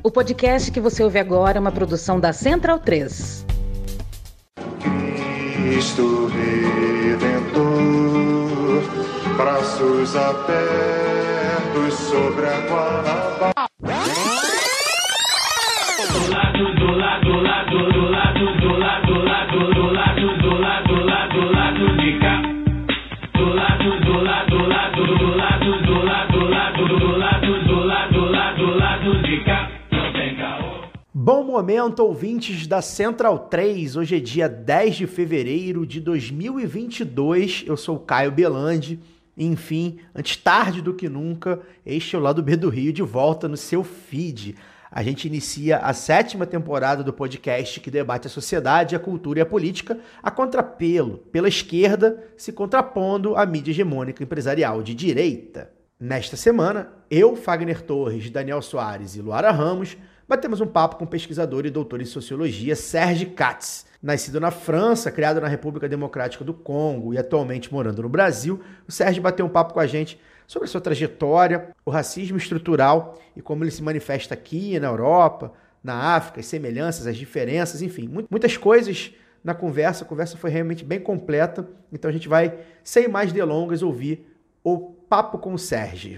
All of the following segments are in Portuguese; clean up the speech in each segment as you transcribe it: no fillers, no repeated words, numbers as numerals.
O podcast que você ouve agora é uma produção da Central 3. Cristo Redentor, braços abertos sobre a Guanabara. Bom momento, ouvintes da Central 3. Hoje é dia 10 de fevereiro de 2022. Eu sou o Caio Belandi. Enfim, antes tarde do que nunca, este é o Lado B do Rio de volta no seu feed. A gente inicia a 7ª temporada do podcast que debate a sociedade, a cultura e a política a contrapelo, pela esquerda, se contrapondo à mídia hegemônica empresarial de direita. Nesta semana, eu, Fagner Torres, Daniel Soares e Luara Ramos batemos um papo com o pesquisador e doutor em sociologia Serge Katz. Nascido na França, criado na República Democrática do Congo e atualmente morando no Brasil, o Serge bateu um papo com a gente sobre a sua trajetória, o racismo estrutural e como ele se manifesta aqui na Europa, na África, as semelhanças, as diferenças, enfim, muitas coisas na conversa. A conversa foi realmente bem completa, então a gente vai, sem mais delongas, ouvir o papo com o Serge.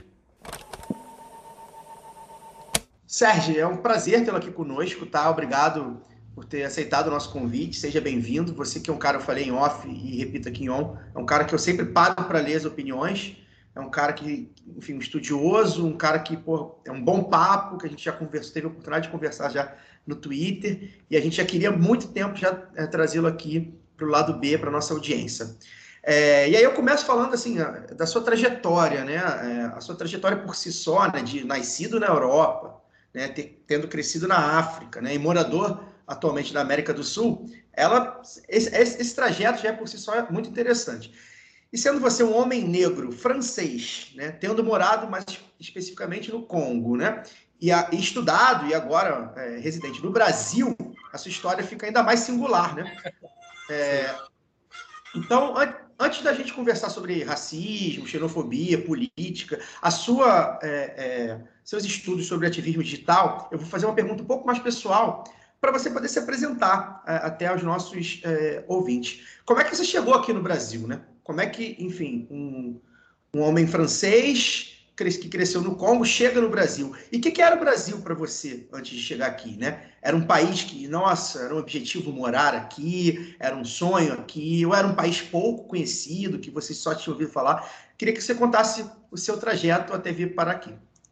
Serge, é um prazer tê-lo aqui conosco, tá? Obrigado por ter aceitado o nosso convite, seja bem-vindo. Você que é um cara, eu falei em off e repito aqui em on, é um cara que eu sempre paro para ler as opiniões, é um cara que, enfim, um estudioso, um cara que, pô, é um bom papo, que a gente já conversou, teve a oportunidade de conversar já no Twitter, e a gente já queria há muito tempo já trazê-lo aqui para o lado B, para a nossa audiência. E aí eu começo falando assim, da sua trajetória, né? A sua trajetória por si só, né? De nascido na Europa, né, tendo crescido na África, né, e morador atualmente na América do Sul, esse trajeto já é por si só muito interessante. E sendo você um homem negro francês, né, tendo morado mais especificamente no Congo, né, e estudado e agora residente no Brasil, a sua história fica ainda mais singular, né? Então, antes da gente conversar sobre racismo, xenofobia, política, seus estudos sobre ativismo digital, eu vou fazer uma pergunta um pouco mais pessoal para você poder se apresentar até aos nossos ouvintes. Como é que você chegou aqui no Brasil, né? Como é que, enfim, um homem francês que cresceu no Congo chega no Brasil? E o que era o Brasil para você antes de chegar aqui, né? Era um país que, nossa, era um objetivo morar aqui, era um sonho aqui, ou era um país pouco conhecido, que você só tinha ouvido falar? Queria que você contasse o seu trajeto até vir para aqui.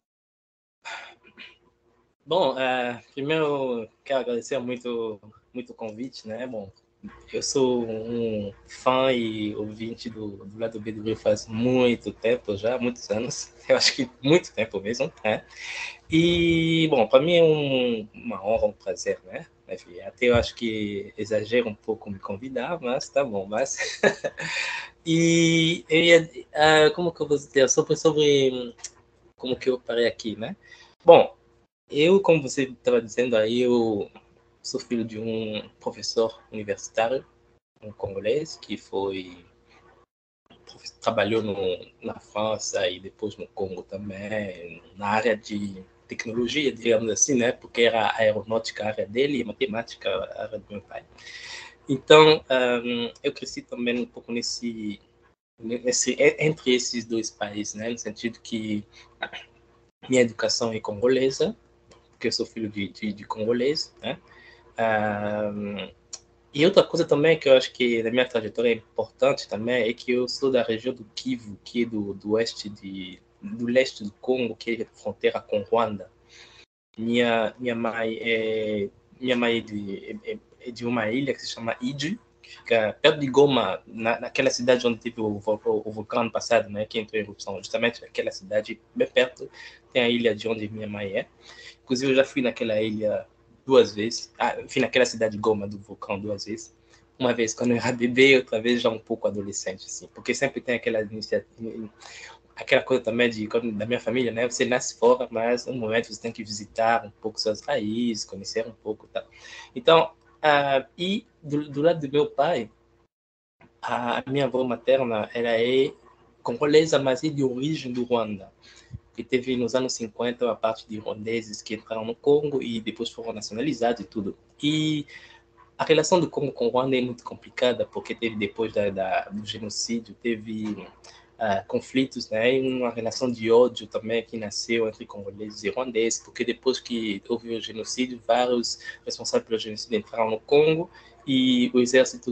Bom, primeiro quero agradecer muito o convite, né? Bom, eu sou um fã e ouvinte do Lado B do Rio faz muito tempo já, muitos anos. Eu acho que muito tempo mesmo, né? E, bom, para mim é uma honra, um prazer, né? Enfim, até eu acho que exagero um pouco me convidar, mas tá bom, mas... E como que eu vou dizer? Sobre como que eu parei aqui, né? Bom, eu, como você estava dizendo aí, eu sou filho de um professor universitário, um congolês, que trabalhou na França e depois no Congo também, na área de tecnologia, digamos assim, né? Porque era a aeronáutica a área dele e matemática a área do meu pai. Então, eu cresci também um pouco entre esses dois países, né? No sentido que minha educação é congolesa, porque eu sou filho de congolês, né? E outra coisa também que eu acho que na minha trajetória é importante também é que eu sou da região do Kivu, que é do leste do Congo, que é fronteira com Ruanda. Minha mãe é de uma ilha que se chama Iju, que fica perto de Goma, naquela cidade onde teve o vulcão ano passado, né, que entrou em erupção. Justamente naquela cidade, bem perto, tem a ilha de onde minha mãe é. Inclusive, eu já fui naquela ilha 2 vezes. Fui naquela cidade de Goma do vulcão 2 vezes. Uma vez quando eu era bebê, outra vez já um pouco adolescente, assim. Porque sempre tem aquela coisa também da minha família, né? Você nasce fora, mas no momento você tem que visitar um pouco suas raízes, conhecer um pouco, tá? Então, e do lado do meu pai, a minha avó materna, ela é congolesa, mas é de origem do Ruanda. porque teve nos anos 50 a parte de ruandeses que entraram no Congo e depois foram nacionalizados e tudo. E a relação do Congo com o Ruanda é muito complicada, porque teve depois do genocídio, teve conflitos, né, e uma relação de ódio também que nasceu entre congoleses e ruandeses, porque depois que houve o genocídio, vários responsáveis pelo genocídio entraram no Congo e o exército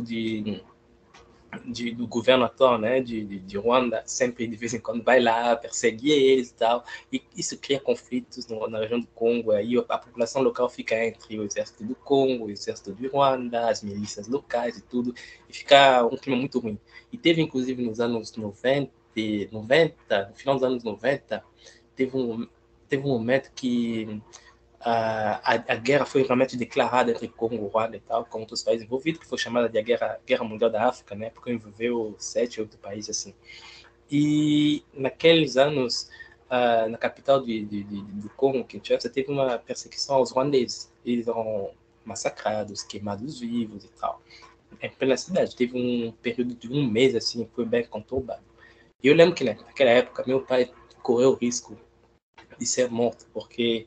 do governo atual, né, de Ruanda, sempre de vez em quando vai lá, persegue eles e tal, e isso cria conflitos na região do Congo, aí a população local fica entre o exército do Congo, o exército de Ruanda, as milícias locais e tudo, e fica um clima muito ruim. E teve, inclusive, nos anos 90, no final dos anos 90, teve um momento que a guerra foi realmente declarada entre Congo, Ruanda e tal, com outros países envolvidos, que foi chamada de Guerra Mundial da África, né, porque envolveu 7, 8 países assim. E naqueles anos, na capital do Congo, Kinshasa, teve uma perseguição aos ruandeses. Eles foram massacrados, queimados vivos e tal. Em plena cidade, teve um período de um mês assim, foi bem conturbado. E eu lembro que naquela época meu pai correu o risco de ser morto, porque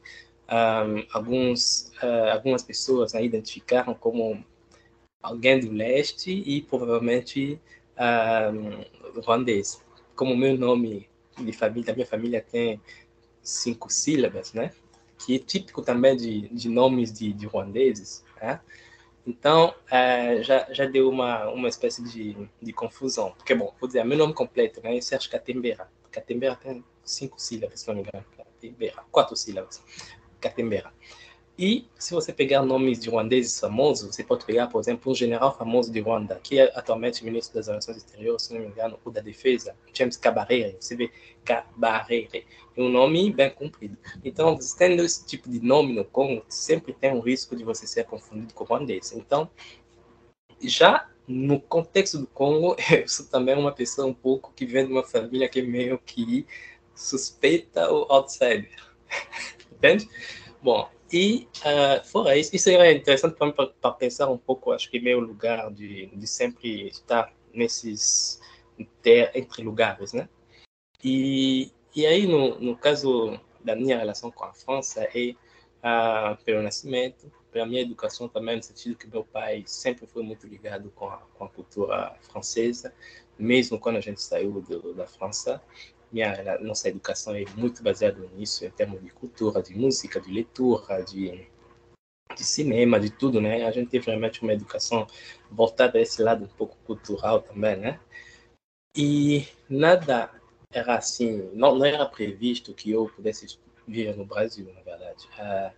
algumas pessoas, né, identificaram como alguém do leste e provavelmente ruandês. Como o meu nome de família, da minha família tem 5 sílabas, né? Que é típico também de nomes de ruandeses, né? Então, já deu uma espécie de confusão. Porque, bom, vou dizer, meu nome completo, né? É Sérgio Catembera. Catembera tem 5 sílabas, se não me engano. Catembera, 4 sílabas. Catembera. E se você pegar nomes de ruandeses famosos, você pode pegar, por exemplo, um general famoso de Ruanda, que é atualmente ministro das Relações Exteriores, se não me engano, ou da Defesa, James Kabarebe. Você vê Kabarebe. É um nome bem comprido. Então, você tendo esse tipo de nome no Congo, sempre tem um risco de você ser confundido com ruandês. Então, já no contexto do Congo, eu sou também uma pessoa um pouco que vem de uma família que é meio que suspeita ou outsider. Entende? Bom, e fora isso é interessante para pensar um pouco, acho que meu lugar de sempre estar nesses entre lugares, né? E aí, no caso da minha relação com a França, é pelo nascimento, pela minha educação também, no sentido que meu pai sempre foi muito ligado com a cultura francesa, mesmo quando a gente saiu da França. Nossa educação é muito baseada nisso, em termos de cultura, de música, de leitura, de cinema, de tudo, né? A gente teve realmente uma educação voltada a esse lado um pouco cultural também, né? E nada era assim, não era previsto que eu pudesse vir no Brasil, na verdade.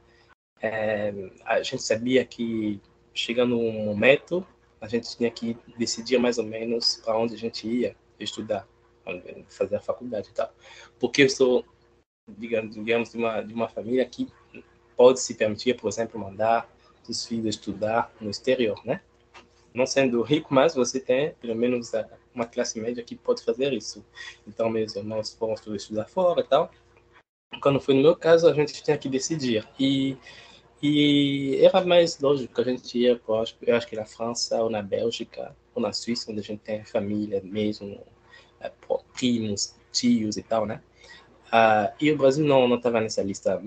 A gente sabia que, chegando um momento, a gente tinha que decidir mais ou menos para onde a gente ia estudar, fazer a faculdade e tal. Porque eu sou, digamos de uma família que pode se permitir, por exemplo, mandar os filhos estudar no exterior, né? Não sendo rico, mas você tem, pelo menos, uma classe média que pode fazer isso. Então, meus irmãos foram estudar fora e tal. Quando foi no meu caso, a gente tinha que decidir. E era mais lógico que a gente ia, eu acho que na França, ou na Bélgica, ou na Suíça, onde a gente tem família mesmo, primos, tios e tal, né? E o Brasil não estava nessa lista.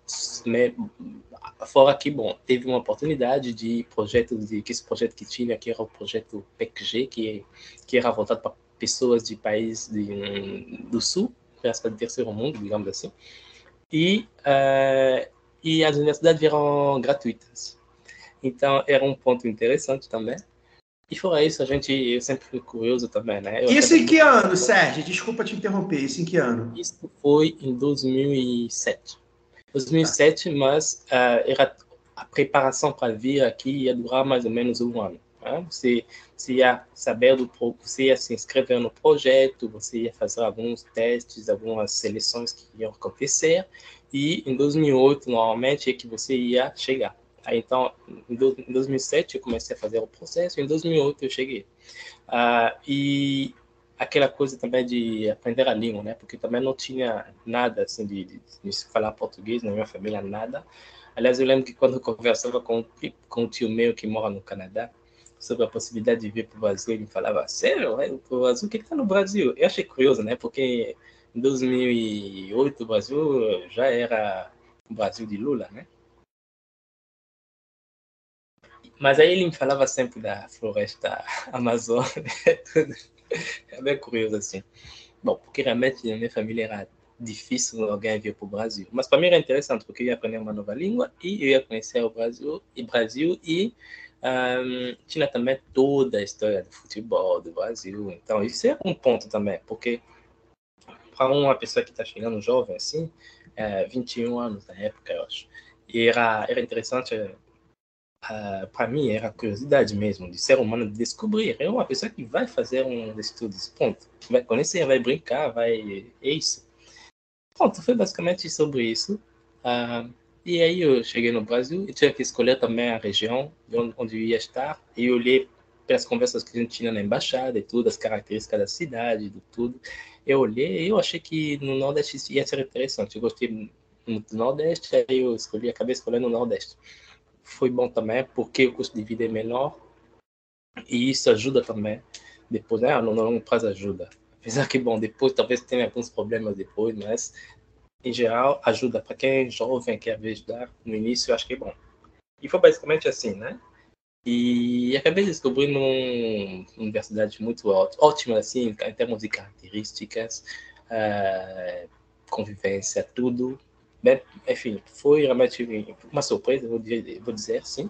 Fora que, bom, teve uma oportunidade de que esse projeto que tinha, que era o projeto PECG, que era voltado para pessoas de países do Sul, para do terceiro mundo, digamos assim. E as universidades eram gratuitas. Então, era um ponto interessante também. E fora isso, eu sempre fui curioso também, né? Isso em que ano, Sérgio? Desculpa te interromper. Isso em que ano? Isso foi em 2007. 2007, mas era a preparação para vir aqui ia durar mais ou menos um ano. Né? Você ia saber você ia se inscrever no projeto, você ia fazer alguns testes, algumas seleções que iam acontecer, e em 2008, normalmente, é que você ia chegar. Aí, então, em 2007, eu comecei a fazer o processo, e em 2008 eu cheguei. E aquela coisa também de aprender a língua, né? Porque também não tinha nada assim de falar português na minha família, nada. Aliás, eu lembro que quando eu conversava com um tio meu que mora no Canadá sobre a possibilidade de vir para o Brasil, ele me falava, sério, o Brasil, o que está no Brasil? Eu achei curioso, né? Porque Em 2008, o Brasil já era o Brasil de Lula, né? Mas aí ele me falava sempre da floresta amazônica, tudo. É bem curioso assim. Bom, porque realmente na minha família era difícil alguém vir para o Brasil. Mas para mim era interessante, porque eu ia aprender uma nova língua e eu ia conhecer o Brasil e tinha também toda a história do futebol do Brasil. Então isso é um ponto também, porque para uma pessoa que está chegando jovem assim, 21 anos na época, eu acho, e era interessante. Para mim era curiosidade mesmo de ser humano de descobrir. É uma pessoa que vai fazer um estudos, ponto. Vai conhecer, vai brincar, vai. É isso. Pronto, foi basicamente sobre isso. Ah, e aí eu cheguei no Brasil e tinha que escolher também a região onde eu ia estar. E eu olhei pelas conversas que a gente tinha na embaixada e tudo, as características da cidade, de tudo. Eu olhei e eu achei que no Nordeste ia ser interessante. Eu gostei muito do Nordeste, aí eu acabei escolhendo o Nordeste. Foi bom também, porque o custo de vida é menor e isso ajuda também. Depois, né, no longo prazo ajuda. Apesar que, bom, depois talvez tenha alguns problemas depois, mas em geral ajuda. Para quem é jovem, quer ajudar no início, eu acho que é bom. E foi basicamente assim, né? E acabei descobrindo uma universidade muito ótima, assim, em termos de características, convivência, tudo. Bem, enfim, foi realmente uma surpresa, vou dizer assim.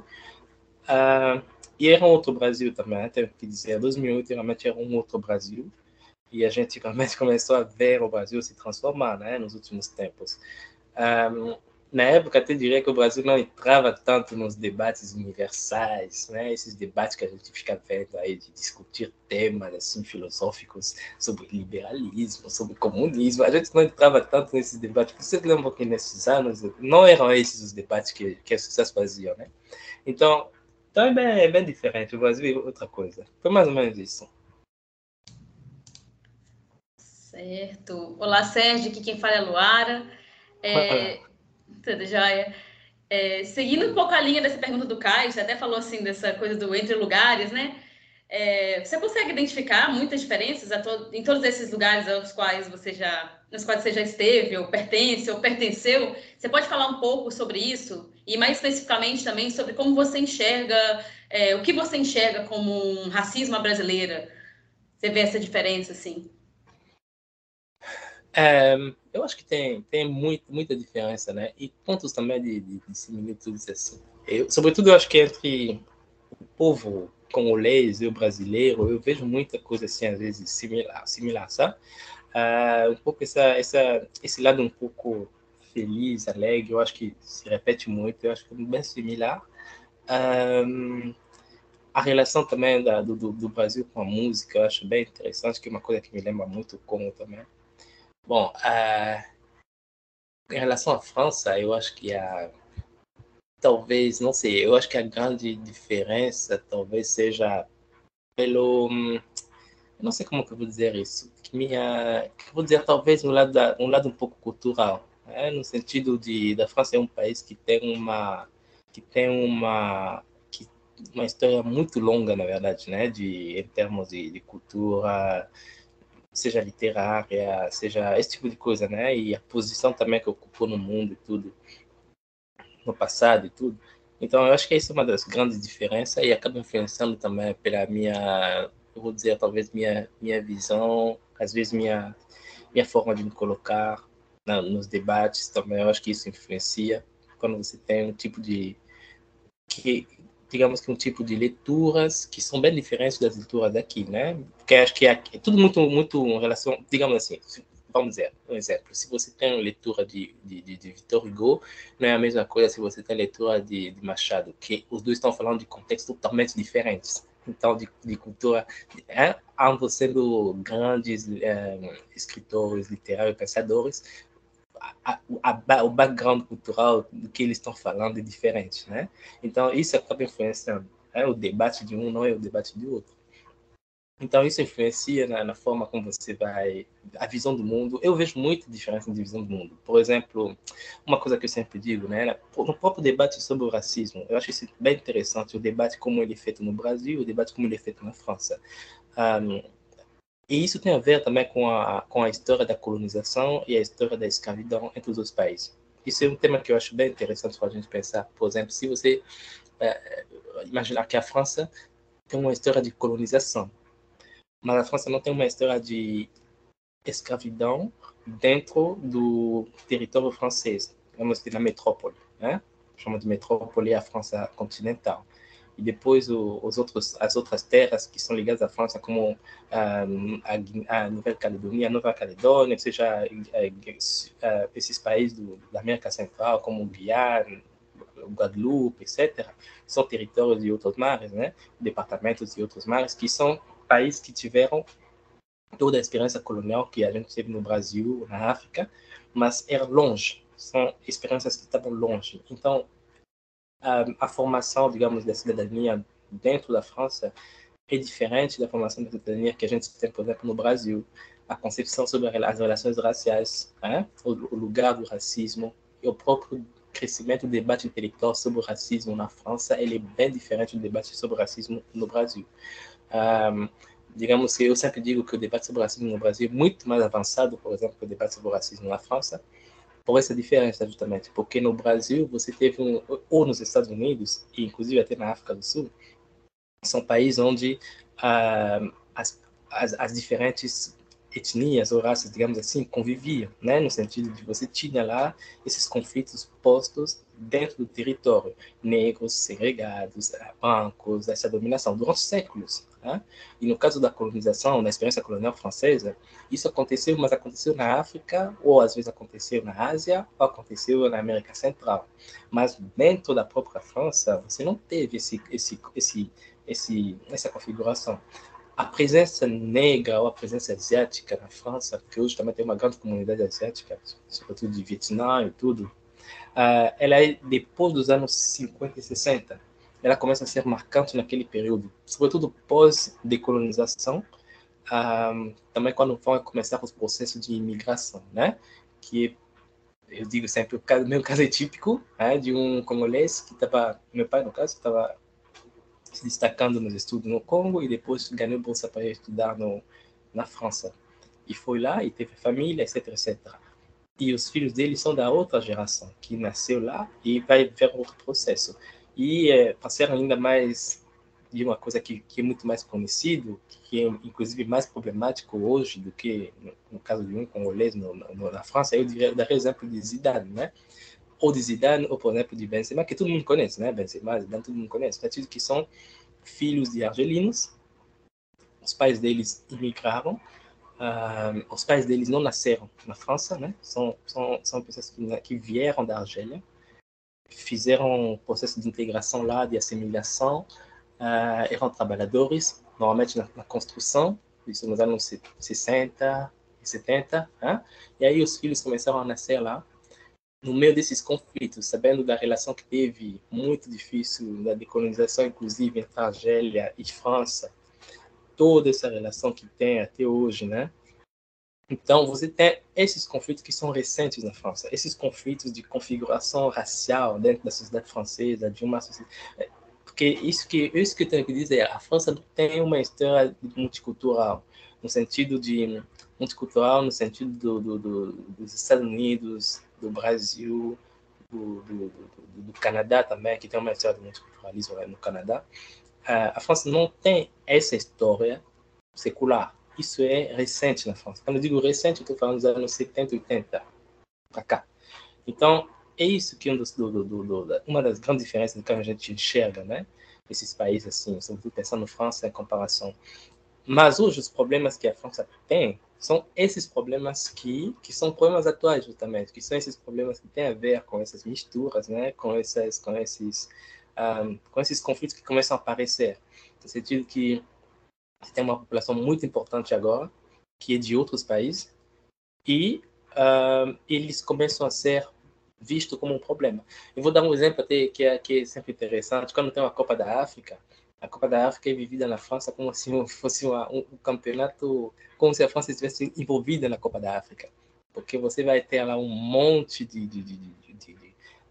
E era um outro Brasil também, né? Tenho que dizer, 2008 realmente era um outro Brasil. E a gente realmente começou a ver o Brasil se transformar, né, nos últimos tempos. Na época, até diria que o Brasil não entrava tanto nos debates universais, né, esses debates que a gente fica vendo aí de discutir temas assim filosóficos sobre liberalismo, sobre comunismo. A gente não entrava tanto nesses debates. Vocês lembram que nesses anos não eram esses os debates que as pessoas faziam, né? Então é bem diferente. O Brasil é outra coisa. Foi mais ou menos isso. Certo. Olá, Sérgio, aqui quem fala é a Luara. Tudo jóia? Seguindo um pouco a linha dessa pergunta do Caio, você até falou assim dessa coisa do entre lugares, né? Você consegue identificar muitas diferenças em todos esses lugares nos quais você já esteve, ou pertence, ou pertenceu? Você pode falar um pouco sobre isso? E mais especificamente também sobre como você enxerga, o que você enxerga como um racismo à brasileira? Você vê essa diferença, assim? Eu acho que tem muita diferença, né? E pontos também de similitudes, assim. Sobretudo, eu acho que entre o povo congolês e o brasileiro, eu vejo muita coisa, assim, às vezes, similar, sabe? Um pouco esse lado um pouco feliz, alegre, eu acho que se repete muito, eu acho que é bem similar. A relação também do Brasil com a música, eu acho bem interessante, que é uma coisa que me lembra muito o Congo também. Bom, em relação à França, eu acho que talvez, não sei, eu acho que a grande diferença talvez seja pelo, eu não sei como que eu vou dizer isso, que eu vou dizer talvez um lado um pouco cultural, né? No sentido da França é um país que tem uma história muito longa, na verdade, né? Em termos de cultura, seja literária, seja esse tipo de coisa, né? E a posição também que ocupou no mundo e tudo, no passado e tudo. Então, eu acho que essa é uma das grandes diferenças e acaba influenciando também pela eu vou dizer, talvez minha visão, às vezes minha forma de me colocar nos debates também. Eu acho que isso influencia quando você tem um tipo que, digamos que um tipo de leituras que são bem diferentes das leituras daqui, né? Porque acho que é tudo muito em relação, digamos assim, vamos dizer, um exemplo, se você tem uma leitura de Victor Hugo, não é a mesma coisa se você tem a leitura de Machado, que os dois estão falando de contextos totalmente diferentes. Então, de cultura, ambos sendo grandes escritores, literários, pensadores, o background cultural do que eles estão falando é diferente, né? Então, isso acaba influenciando. O debate de um não é o debate do outro. Então, isso influencia na forma como você vai... A visão do mundo. Eu vejo muita diferença de visão do mundo. Por exemplo, uma coisa que eu sempre digo, né? No próprio debate sobre o racismo, eu acho isso bem interessante, o debate como ele é feito no Brasil, o debate como ele é feito na França. E isso tem a ver também com a história da colonização e a história da escravidão entre os outros países. Isso é um tema que eu acho bem interessante para a gente pensar. Por exemplo, se você imaginar que a França tem uma história de colonização, mas a França não tem uma história de escravidão dentro do território francês, digamos que na metrópole, né? Chama de metrópole a França continental. E depois as outras terras que são ligadas à França, como a Nouvelle-Calédonie, a Nova-Caledônia, ou seja, esses países da América Central, como o Guiana, o Guadeloupe, etc., são territórios de outros mares, né? Departamentos de outros mares, que são países que tiveram toda a experiência colonial que a gente teve no Brasil, na África, mas era longe, são experiências que estavam longe. Então, a formação, digamos, da cidadania dentro da França é diferente da formação da cidadania que a gente tem, por exemplo, no Brasil. A concepção sobre as relações raciais, né? O lugar do racismo e o próprio crescimento do debate intelectual sobre o racismo na França, ele é bem diferente do debate sobre o racismo no Brasil. Digamos que eu sempre digo que o debate sobre o racismo no Brasil é muito mais avançado, por exemplo, que o debate sobre o racismo na França, por essa diferença, justamente, porque no Brasil você teve ou nos Estados Unidos, e inclusive até na África do Sul, são países onde as diferentes etnias ou raças, digamos assim, conviviam, né? No sentido de você tinha lá esses conflitos postos dentro do território, negros, segregados, brancos, essa dominação durante séculos. Né? E no caso da colonização, da experiência colonial francesa, isso aconteceu, mas aconteceu na África, ou às vezes aconteceu na Ásia, ou aconteceu na América Central. Mas dentro da própria França, você não teve essa configuração. A presença negra ou a presença asiática na França, que hoje também tem uma grande comunidade asiática, sobretudo de Vietnã e tudo, ela é depois dos anos 50 e 60. Ela começa a ser marcante naquele período, sobretudo pós-decolonização, também quando vão começar os processos de imigração, né? Que eu digo sempre, o meu caso é típico, né? De um congolês que estava, meu pai no caso, estava se destacando nos estudos no Congo e depois ganhou bolsa para estudar na França. E foi lá e teve família, etc, etc. E os filhos dele são da outra geração, que nasceu lá e vai ver outro processo. E para ser ainda mais de uma coisa que é muito mais conhecido, que é inclusive mais problemático hoje do que no caso de um congolês na França, eu daria exemplo de Zidane, né? Ou de Zidane, ou por exemplo de Benzema, que todo mundo conhece, né? Benzema, Zidane, todo mundo conhece. Partidos que são filhos de argelinos, os pais deles imigraram, os pais deles não nasceram na França, né? São pessoas que vieram da Argélia, fizeram um processo de integração lá, de assimilação, eram trabalhadores, normalmente na construção, isso nos anos 60 e 70, e aí os filhos começaram a nascer lá, no meio desses conflitos, sabendo da relação que teve, muito difícil, da decolonização, inclusive, entre Argélia e França, toda essa relação que tem até hoje, né? Então, você tem esses conflitos que são recentes na França, esses conflitos de configuração racial dentro da sociedade francesa, de uma sociedade... Porque isso que eu tenho que dizer, a França não tem uma história multicultural, no sentido de multicultural, no sentido dos Estados Unidos, do Brasil, do Canadá também, que tem uma história de multiculturalismo no Canadá. A França não tem essa história secular. Isso é recente na França. Quando eu digo recente, eu estou falando dos anos 70, 80 para cá. Então, é isso que uma das grandes diferenças que a gente enxerga, né? Esses países, assim, sobretudo pensando na França em comparação. Mas hoje, os problemas que a França tem são esses problemas que são problemas atuais, justamente, que são esses problemas que têm a ver com essas misturas, né? Com esses conflitos que começam a aparecer. No sentido que tem uma população muito importante agora, que é de outros países, e eles começam a ser vistos como um problema. Eu vou dar um exemplo até que é sempre interessante. Quando tem uma Copa da África, a Copa da África é vivida na França como se fosse um campeonato, como se a França estivesse envolvida na Copa da África. Porque você vai ter lá um monte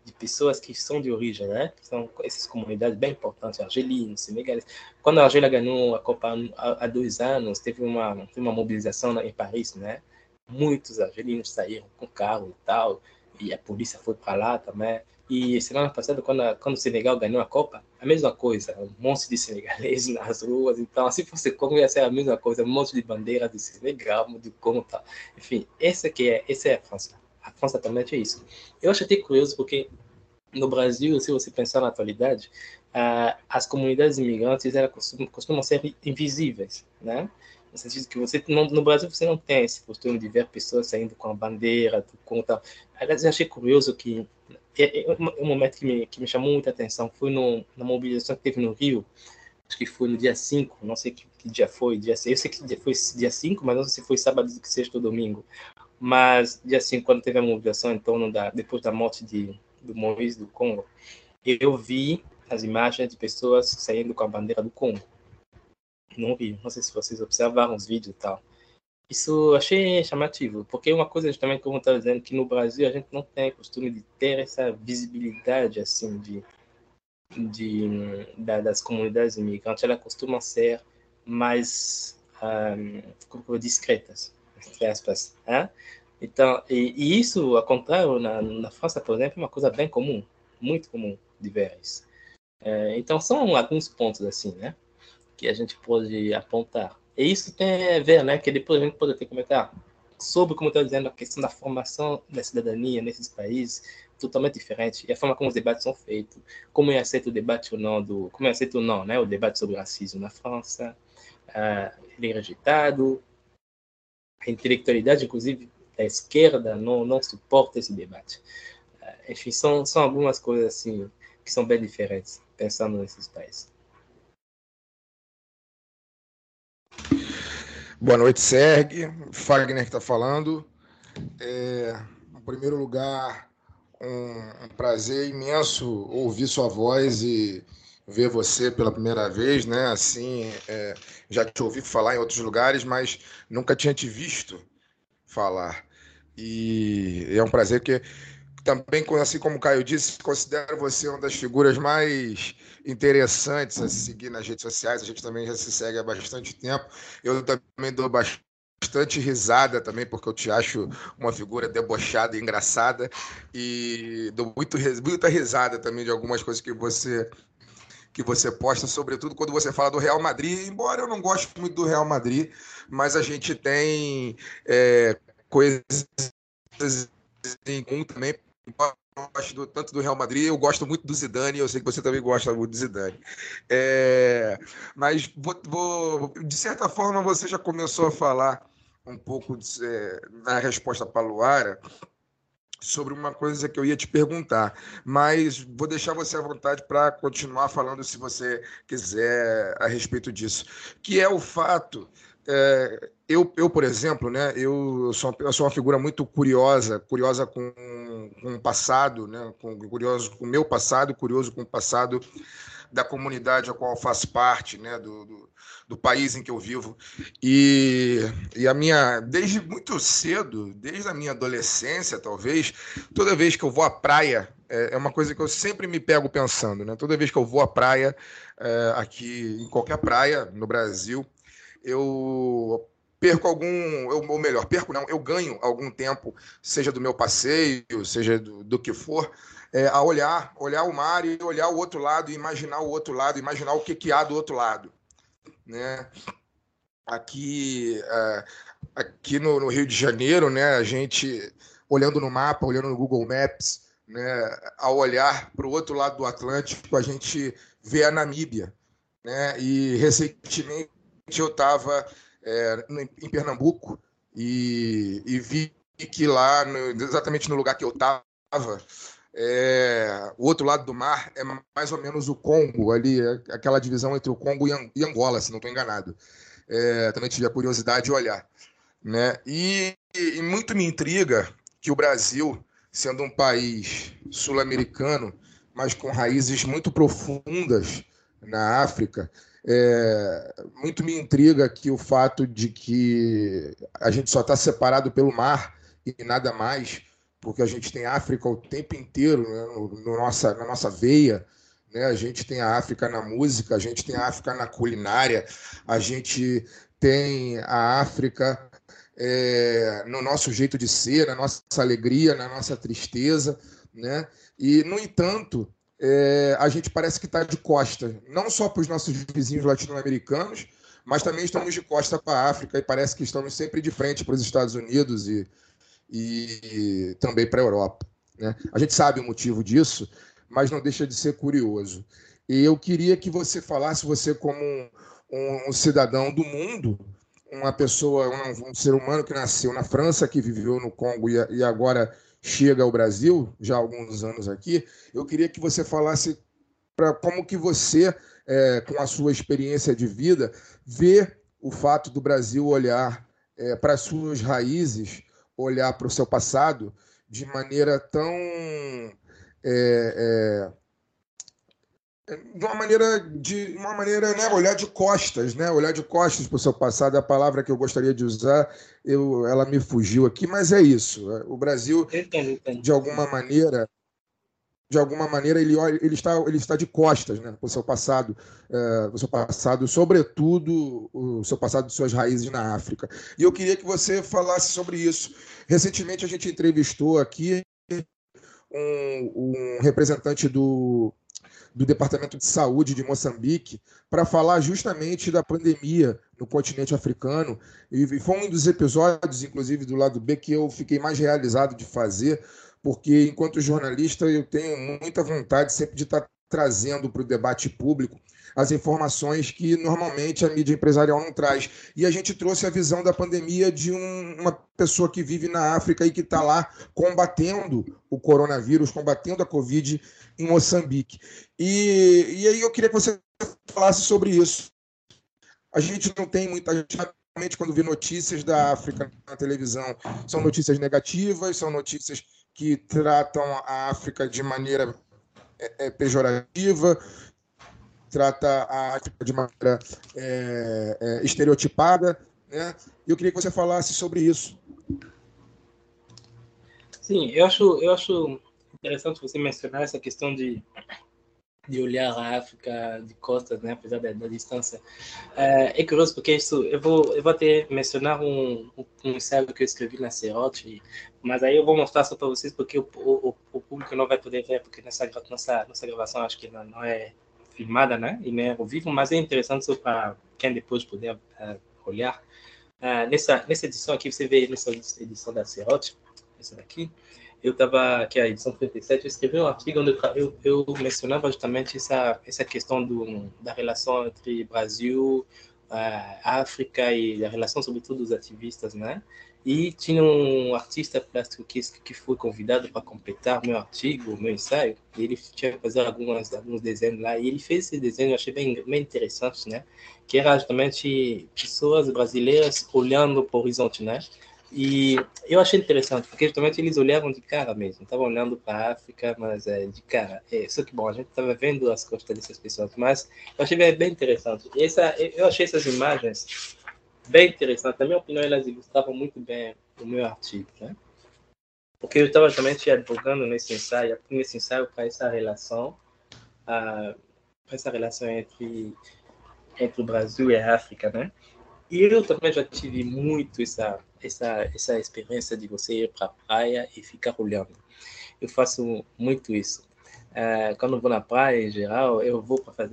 de pessoas que são de origem, né? São essas comunidades bem importantes, argelinos, senegalês. Quando a Argélia ganhou a Copa há 2 anos, teve uma mobilização em Paris, né? Muitos argelinos saíram com carro e tal, e a polícia foi para lá também. E semana passada, quando o Senegal ganhou a Copa, a mesma coisa, um monte de senegaleses nas ruas. Então, se fosse como ia ser a mesma coisa, um monte de bandeiras do Senegal, de como tal. Enfim, essa é a França. A França também é isso. Eu acho até curioso porque no Brasil, se você pensar na atualidade, as comunidades imigrantes elas costumam ser invisíveis, né? No sentido que no Brasil você não tem esse costume de ver pessoas saindo com a bandeira, com tal. Aliás, eu achei curioso que um momento que me chamou muita atenção foi na mobilização que teve no Rio, acho que foi no dia 5, não sei que dia foi, dia 6, eu sei que foi dia 5, mas não sei se foi sábado, sexta ou domingo. Mas dia 5, quando teve a mobilização em torno depois da morte do Moïse do Congo, eu vi as imagens de pessoas saindo com a bandeira do Congo no Rio. Não sei se vocês observaram os vídeos e tal. Isso eu achei chamativo, porque uma coisa justamente como eu estava dizendo, que no Brasil a gente não tem costume de ter essa visibilidade assim das comunidades imigrantes. Elas costumam ser mais discretas, entre aspas, né? Então, e isso, ao contrário, na França, por exemplo, é uma coisa bem comum, muito comum de ver isso. Então, são alguns pontos assim, né, que a gente pode apontar. E isso tem a ver, né, que depois a gente pode até comentar sobre, como eu estou dizendo, a questão da formação da cidadania nesses países, totalmente diferente, e a forma como os debates são feitos, como é aceito o debate ou não, como é aceito ou não, né, o debate sobre o racismo na França, ele é rejeitado, a intelectualidade, inclusive, da esquerda não suporta esse debate. Enfim, são algumas coisas assim que são bem diferentes, pensando nesses países. Boa noite, Serg. Fagner que está falando. Em primeiro lugar, um prazer imenso ouvir sua voz e ver você pela primeira vez, né? Assim, já te ouvi falar em outros lugares, mas nunca tinha te visto falar. E é um prazer porque também, assim como o Caio disse, considero você uma das figuras mais interessantes a seguir nas redes sociais. A gente também já se segue há bastante tempo. Eu também dou bastante risada também, porque eu te acho uma figura debochada e engraçada. E dou muita risada também de algumas coisas que você posta, sobretudo quando você fala do Real Madrid. Embora eu não goste muito do Real Madrid, mas a gente tem coisas em comum também. Eu gosto tanto do Real Madrid, eu gosto muito do Zidane, eu sei que você também gosta muito do Zidane. Mas, de certa forma, você já começou a falar um pouco na resposta para a Luara sobre uma coisa que eu ia te perguntar, mas vou deixar você à vontade para continuar falando, se você quiser, a respeito disso, que é o fato... Eu, por exemplo, né, eu sou uma figura muito curiosa com o passado, né, curioso com o meu passado, curioso com o passado da comunidade a qual eu faço parte, né, do país em que eu vivo. E desde muito cedo, desde a minha adolescência, talvez, toda vez que eu vou à praia, é uma coisa que eu sempre me pego pensando, né? Toda vez que eu vou à praia, aqui em qualquer praia no Brasil, eu perco eu ganho algum tempo, seja do meu passeio, seja do que for, a olhar o mar e olhar o outro lado, e imaginar o outro lado, imaginar o que há do outro lado, né? Aqui no Rio de Janeiro, né, a gente, olhando no mapa, olhando no Google Maps, né, ao olhar para o outro lado do Atlântico, a gente vê a Namíbia, né? E recentemente eu estava em Pernambuco e vi que lá, exatamente no lugar que eu estava, o outro lado do mar é mais ou menos o Congo, ali, aquela divisão entre o Congo e Angola, se não estou enganado. Também tive a curiosidade de olhar, né? E muito me intriga que o Brasil, sendo um país sul-americano, mas com raízes muito profundas na África, muito me intriga que o fato de que a gente só está separado pelo mar e nada mais, porque a gente tem África o tempo inteiro, né, na nossa veia, né? A gente tem a África na música, a gente tem a África na culinária, a gente tem a África no nosso jeito de ser, na nossa alegria, na nossa tristeza, né? E, no entanto, a gente parece que está de costa, não só para os nossos vizinhos latino-americanos, mas também estamos de costa para a África e parece que estamos sempre de frente para os Estados Unidos e também para a Europa, né? A gente sabe o motivo disso, mas não deixa de ser curioso. E eu queria que você falasse, você como um cidadão do mundo, uma pessoa, um ser humano que nasceu na França, que viveu no Congo e agora chega ao Brasil, já há alguns anos aqui, eu queria que você falasse como que você, com a sua experiência de vida, vê o fato do Brasil olhar para as suas raízes, olhar para o seu passado de maneira tão... de uma maneira, né, olhar de costas, né? Olhar de costas para o seu passado, é a palavra que eu gostaria de usar, ela me fugiu aqui, mas é isso. O Brasil, de alguma maneira, ele está de costas, né, para o seu passado, sobretudo o seu passado de suas raízes na África. E eu queria que você falasse sobre isso. Recentemente a gente entrevistou aqui um representante do Departamento de Saúde de Moçambique para falar justamente da pandemia no continente africano. E foi um dos episódios, inclusive, do lado B, que eu fiquei mais realizado de fazer, porque, enquanto jornalista, eu tenho muita vontade sempre de estar trazendo para o debate público as informações que normalmente a mídia empresarial não traz. E a gente trouxe a visão da pandemia de uma pessoa que vive na África e que está lá combatendo o coronavírus, combatendo a Covid em Moçambique. E aí eu queria que você falasse sobre isso. A gente não tem muita gente, geralmente, quando vê notícias da África na televisão, são notícias negativas, são notícias que tratam a África de maneira pejorativa, trata a África de maneira estereotipada, né? E eu queria que você falasse sobre isso. Sim, eu acho interessante você mencionar essa questão de olhar a África de costas, né, apesar da distância. É curioso porque isso, eu vou até mencionar um ensaio que eu escrevi na Cerote, mas aí eu vou mostrar só para vocês porque o público não vai poder ver, porque nossa gravação acho que não é filmada, né, e não é ao vivo, mas é interessante só para quem depois puder olhar. Nessa edição aqui, você vê nessa edição da Cerote, essa daqui, que é a edição 37, eu escrevi um artigo onde eu mencionava justamente essa questão da relação entre Brasil, África e a relação, sobretudo, dos ativistas, né? E tinha um artista plástico que foi convidado para completar meu artigo, meu ensaio, e ele tinha que fazer alguns desenhos lá, e ele fez esse desenho, eu achei bem interessante, né? Que era justamente pessoas brasileiras olhando para o horizonte, né? E eu achei interessante, porque justamente eles olhavam de cara mesmo, estavam olhando para a África, mas de cara. Só que, bom, a gente estava vendo as costas dessas pessoas, mas eu achei bem interessante. Eu achei essas imagens bem interessantes. Na minha opinião, elas ilustravam muito bem o meu artigo, né? Porque eu estava justamente advogando nesse ensaio para essa relação, entre o Brasil e a África, né? E eu também já tive muito essa experiência de você ir para a praia e ficar olhando. Eu faço muito isso. Quando eu vou na praia, em geral, eu vou para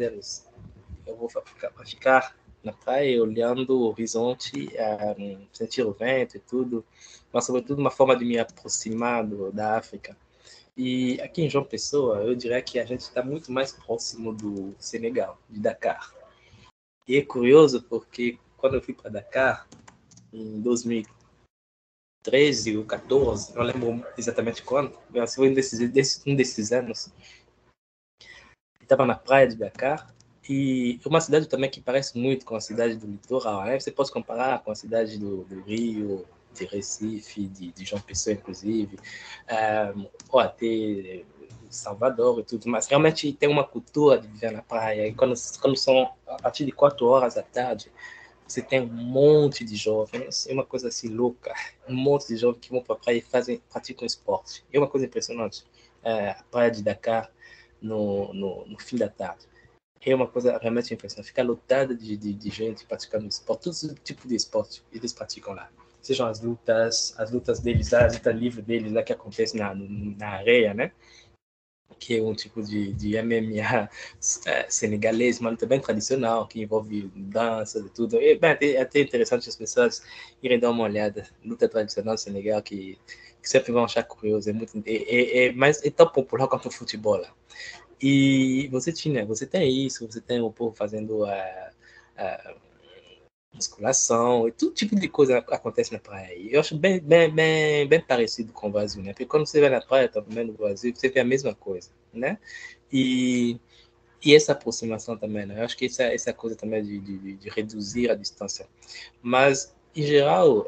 ficar na praia olhando o horizonte, sentir o vento e tudo, mas sobretudo uma forma de me aproximar da África. E aqui em João Pessoa, eu diria que a gente está muito mais próximo do Senegal, de Dakar. E é curioso porque quando eu fui para Dakar, em 2013 ou 2014, não lembro exatamente quando, mas foi um desses anos, estava na praia de Dakar, e é uma cidade também que parece muito com a cidade do litoral, né? Você pode comparar com a cidade do Rio, de Recife, de João Pessoa, inclusive, ou até Salvador e tudo, mas realmente tem uma cultura de viver na praia, e quando são a partir de 4 horas da tarde, você tem um monte de jovens, é uma coisa assim louca, um monte de jovens que vão para a praia e praticam esporte. É uma coisa impressionante. A praia de Dakar, no fim da tarde. É uma coisa realmente impressionante. Fica lotada de gente praticando esporte, todo tipo de esporte eles praticam lá. Sejam as lutas deles, a luta livre deles lá que acontece na areia, né? Que é um tipo de MMA senegalês, mas também tradicional, que envolve danças e tudo. É até interessante as pessoas irem dar uma olhada. Luta tradicional senegal que sempre vão achar curioso. Mas é tão popular quanto o futebol lá. E você tem isso, você tem o povo fazendo a musculação, e todo tipo de coisa acontece na praia. E eu acho bem parecido com o Brasil, né? Porque quando você vai na praia também no Brasil, você vê a mesma coisa, né? E, e essa aproximação também, né? Eu acho que essa coisa também de reduzir a distância. Mas, em geral,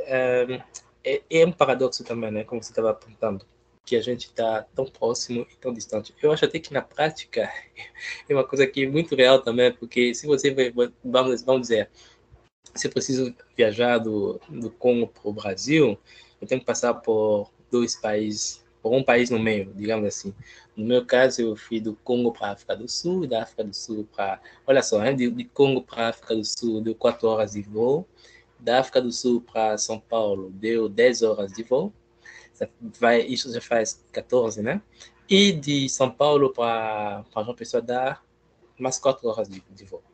é um paradoxo também, né? Como você estava apontando, que a gente está tão próximo e tão distante. Eu acho até que na prática é uma coisa que é muito real também, porque se você vamos dizer, se eu preciso viajar do Congo para o Brasil, eu tenho que passar por por um país no meio, digamos assim. No meu caso, eu fui do Congo para a África do Sul, e da África do Sul para... Olha só, hein? De Congo para a África do Sul deu 4 horas de voo, da África do Sul para São Paulo deu 10 horas de voo, isso já faz 14, né? E de São Paulo para João Pessoa dá mais 4 horas de voo.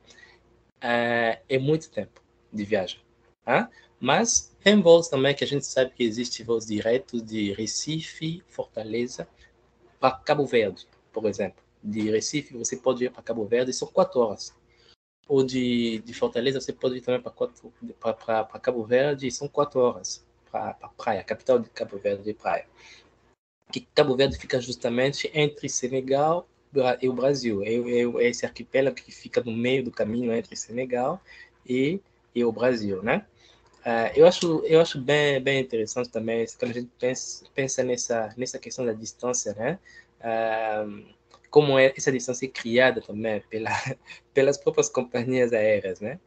É muito tempo de viagem. Tá? Mas tem voos também que a gente sabe que existe voos diretos de Recife, Fortaleza, para Cabo Verde, por exemplo. De Recife você pode ir para Cabo Verde, são 4 horas. Ou de Fortaleza você pode ir também para Cabo Verde, são 4 horas. Para a praia, a capital de Cabo Verde é praia. Que Cabo Verde fica justamente entre Senegal e o Brasil. É esse arquipélago que fica no meio do caminho entre Senegal e o Brasil, né? Eu acho bem interessante também quando a gente pensa nessa questão da distância, né? Como essa distância é criada também pelas próprias companhias aéreas, né?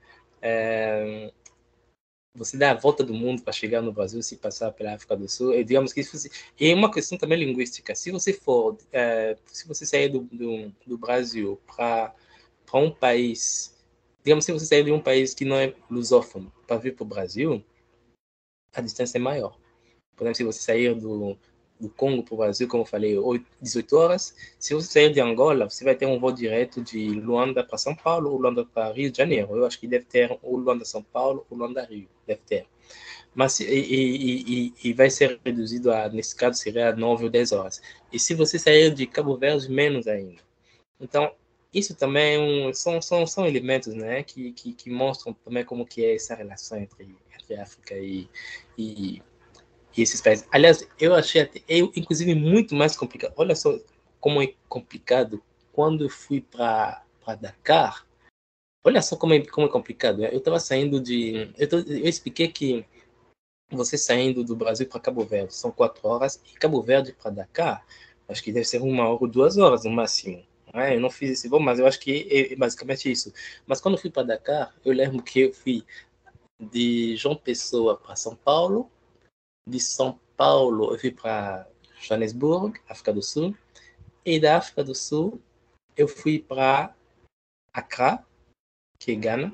Você dá a volta do mundo para chegar no Brasil se passar pela África do Sul, e digamos que isso é uma questão também linguística. Se você se você sair do Brasil para um país, digamos, se você sair de um país que não é lusófono para vir para o Brasil, a distância é maior. Por exemplo, se você sair do Congo para o Brasil, como eu falei, 18 horas. Se você sair de Angola, você vai ter um voo direto de Luanda para São Paulo, ou Luanda para Rio de Janeiro. Eu acho que deve ter ou Luanda-São Paulo, ou Luanda-Rio. Deve ter. Mas, e vai ser reduzido, nesse caso, seria 9 ou 10 horas. E se você sair de Cabo Verde, menos ainda. Então, isso também são elementos, né, que mostram também como que é essa relação entre África e esses países. Aliás, eu achei inclusive muito mais complicado. Olha só como é complicado quando eu fui para Dakar. Olha só como é complicado. Eu estava saindo eu expliquei que você saindo do Brasil para Cabo Verde são 4 horas, e Cabo Verde para Dakar, acho que deve ser 1 hora ou 2 horas no máximo. Eu não fiz esse voo, mas eu acho que é basicamente isso. Mas quando eu fui para Dakar, eu lembro que eu fui de João Pessoa para São Paulo, de São Paulo eu fui para Joanesburgo, África do Sul, e da África do Sul eu fui para Accra, que é Ghana,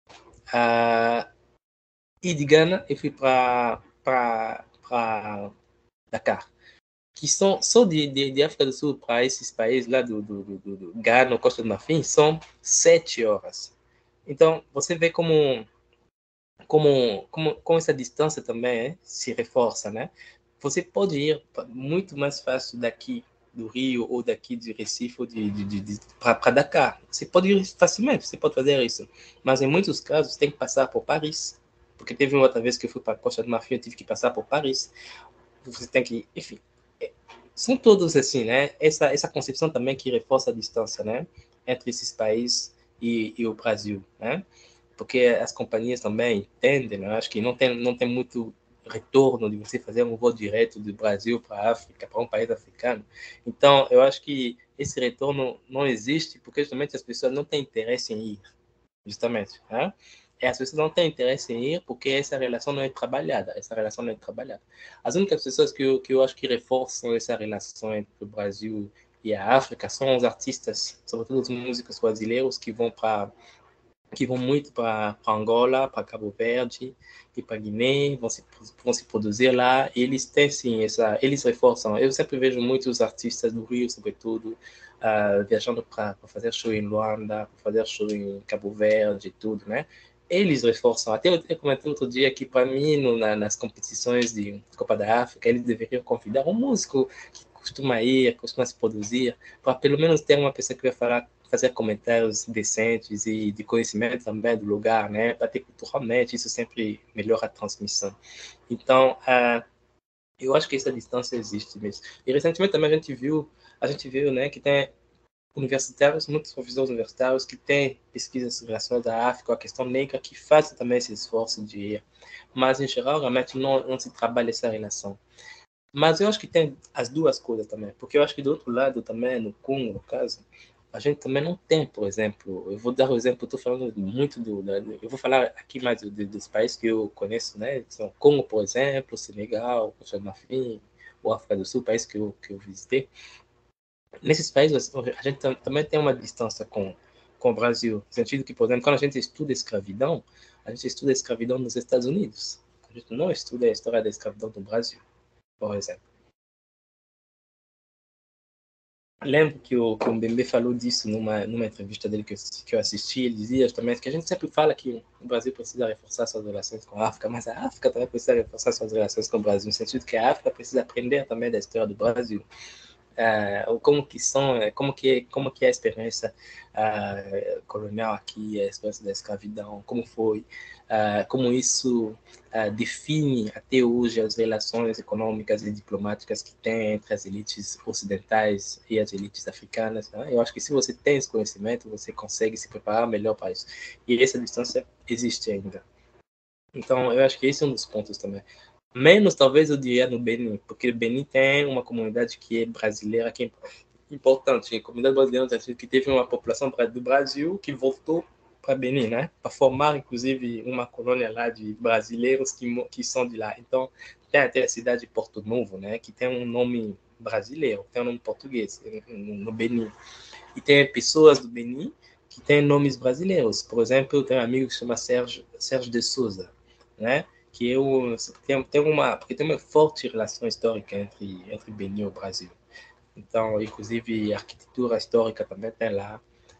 e de Ghana eu fui para Dakar, que são de África do Sul para esses países lá do Ghana, Costa do Marfim, são 7 horas. Então você vê como essa distância também se reforça, né? Você pode ir muito mais fácil daqui do Rio, ou daqui de Recife, ou para Dakar. Você pode ir facilmente, você pode fazer isso. Mas em muitos casos tem que passar por Paris. Porque teve uma outra vez que eu fui para a Costa do Marfim, eu tive que passar por Paris. Você tem que, enfim, são todos assim, né? Essa concepção também que reforça a distância, né? Entre esses países e o Brasil, né? Porque as companhias também entendem, né? Acho que não tem muito retorno de você fazer um voo direto do Brasil para a África, para um país africano. Então, eu acho que esse retorno não existe porque justamente as pessoas não têm interesse em ir, justamente, né? E as pessoas não têm interesse em ir porque essa relação não é trabalhada. As únicas pessoas que eu acho que reforçam essa relação entre o Brasil e a África são os artistas, sobretudo os músicos brasileiros que vão muito para Angola, para Cabo Verde e para Guiné, vão se produzir lá. Eles têm sim eles reforçam. Eu sempre vejo muitos artistas do Rio, sobretudo, viajando para fazer show em Luanda, para fazer show em Cabo Verde e tudo, né? Eles reforçam. Até eu comentei outro dia que, para mim, nas competições de Copa da África, eles deveriam convidar um músico que costuma ir, costuma se produzir, para pelo menos ter uma pessoa que vai fazer comentários decentes e de conhecimento também do lugar, né? Para ter culturalmente, isso sempre melhora a transmissão. Então, eu acho que essa distância existe mesmo. E recentemente também a gente viu, né, que tem universitários, muitos professores universitários que têm pesquisas relacionadas à África, a questão negra, que fazem também esse esforço de ir. Mas, em geral, realmente não se trabalha essa relação. Mas eu acho que tem as duas coisas também, porque eu acho que do outro lado também, no Congo, no caso, a gente também não tem, por exemplo, eu vou dar o exemplo, estou falando muito eu vou falar aqui mais dos países que eu conheço, né? São Congo, por exemplo, Senegal, Costa do Marfim, ou África do Sul, países que eu visitei. Nesses países, a gente também tem uma distância com o Brasil, no sentido que, por exemplo, quando a gente estuda escravidão, a gente estuda a escravidão nos Estados Unidos. A gente não estuda a história da escravidão no Brasil, por exemplo. Lembro que o Mbembe falou disso numa entrevista dele que eu assisti. Ele dizia também que a gente sempre fala que o Brasil precisa reforçar suas relações com a África, mas a África também precisa reforçar suas relações com o Brasil, no sentido que a África precisa aprender também da história do Brasil. Como que é a experiência colonial aqui, a experiência da escravidão, como foi, como isso define até hoje as relações econômicas e diplomáticas que tem entre as elites ocidentais e as elites africanas, né? Eu acho que se você tem esse conhecimento, você consegue se preparar melhor para isso. E essa distância existe ainda. Então, eu acho que esse é um dos pontos também. Menos, talvez, eu diria no Benin, porque o Benin tem uma comunidade que é brasileira, que é importante. A comunidade brasileira que teve uma população do Brasil que voltou para Benin, né? Para formar, inclusive, uma colônia lá de brasileiros que são de lá. Então, tem até a cidade de Porto Novo, né? Que tem um nome brasileiro, tem um nome português no Benin. E tem pessoas do Benin que têm nomes brasileiros. Por exemplo, eu tenho um amigo que se chama Sérgio de Souza, né? Que porque tem uma forte relação histórica entre Benin e o Brasil. Então, inclusive, a arquitetura histórica também tem lá.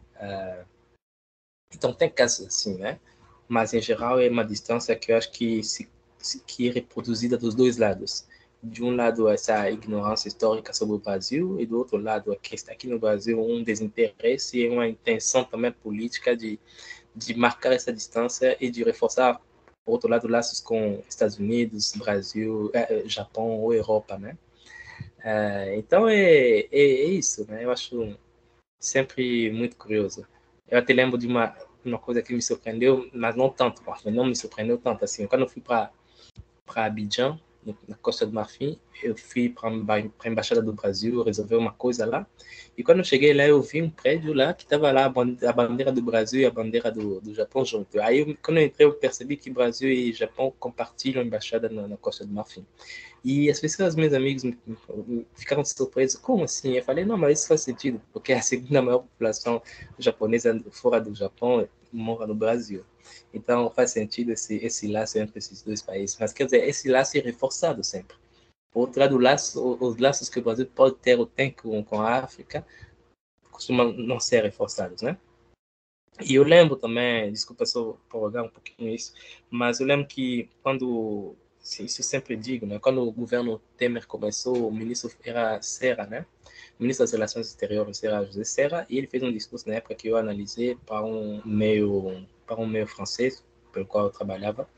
Então, tem casos assim, né? Mas, em geral, é uma distância que eu acho que é reproduzida dos dois lados. De um lado, essa ignorância histórica sobre o Brasil, e do outro lado, aqui no Brasil, um desinteresse e uma intenção também política de marcar essa distância e de reforçar, por outro lado, laços com Estados Unidos, Brasil, Japão ou Europa, né? Então, é isso, né? Eu acho sempre muito curioso. Eu até lembro de uma coisa que me surpreendeu, mas não tanto, não me surpreendeu tanto assim. Quando eu fui para Abidjan, na Costa do Marfim, eu fui para a Embaixada do Brasil resolver uma coisa lá, e quando eu cheguei lá, eu vi um prédio lá que estava lá a bandeira do Brasil e a bandeira do Japão junto. Aí, quando eu entrei, eu percebi que Brasil e Japão compartilham a embaixada na Costa do Marfim. E as pessoas, meus amigos, ficaram surpresos. Como assim? Eu falei, não, mas isso faz sentido, porque a segunda maior população japonesa fora do Japão mora no Brasil. Então, faz sentido esse laço entre esses dois países. Mas, quer dizer, esse laço é reforçado sempre. Por outro lado, os laços que o Brasil pode ter ou tem com a África costumam não ser reforçados, né? E eu lembro também, desculpa só prorrogar um pouquinho isso, mas eu lembro que isso eu sempre digo, né? Quando o governo Temer começou, o ministro era Serra, né? O ministro das Relações Exteriores era José Serra, e ele fez um discurso na época que eu analisei para um meio francês, pelo qual eu trabalhava,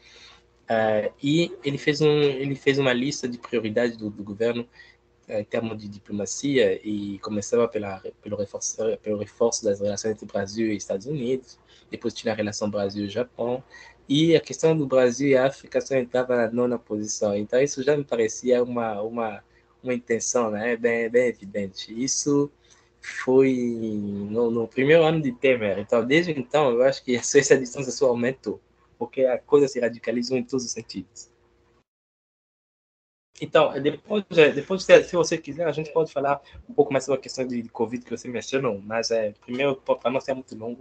e ele fez uma lista de prioridades do governo em termos de diplomacia, e começava pelo reforço das relações entre Brasil e Estados Unidos, depois tinha a relação Brasil e Japão, e a questão do Brasil e África só entrava na nona posição. Então, isso já me parecia uma intenção, né, bem evidente. Isso foi no primeiro ano de Temer. Então, desde então, eu acho que essa distância só aumentou. porque a coisa se radicalizou em todos os sentidos. Então, depois se você quiser, a gente pode falar um pouco mais sobre a questão de Covid que você mencionou, mas primeiro, para não ser muito longo.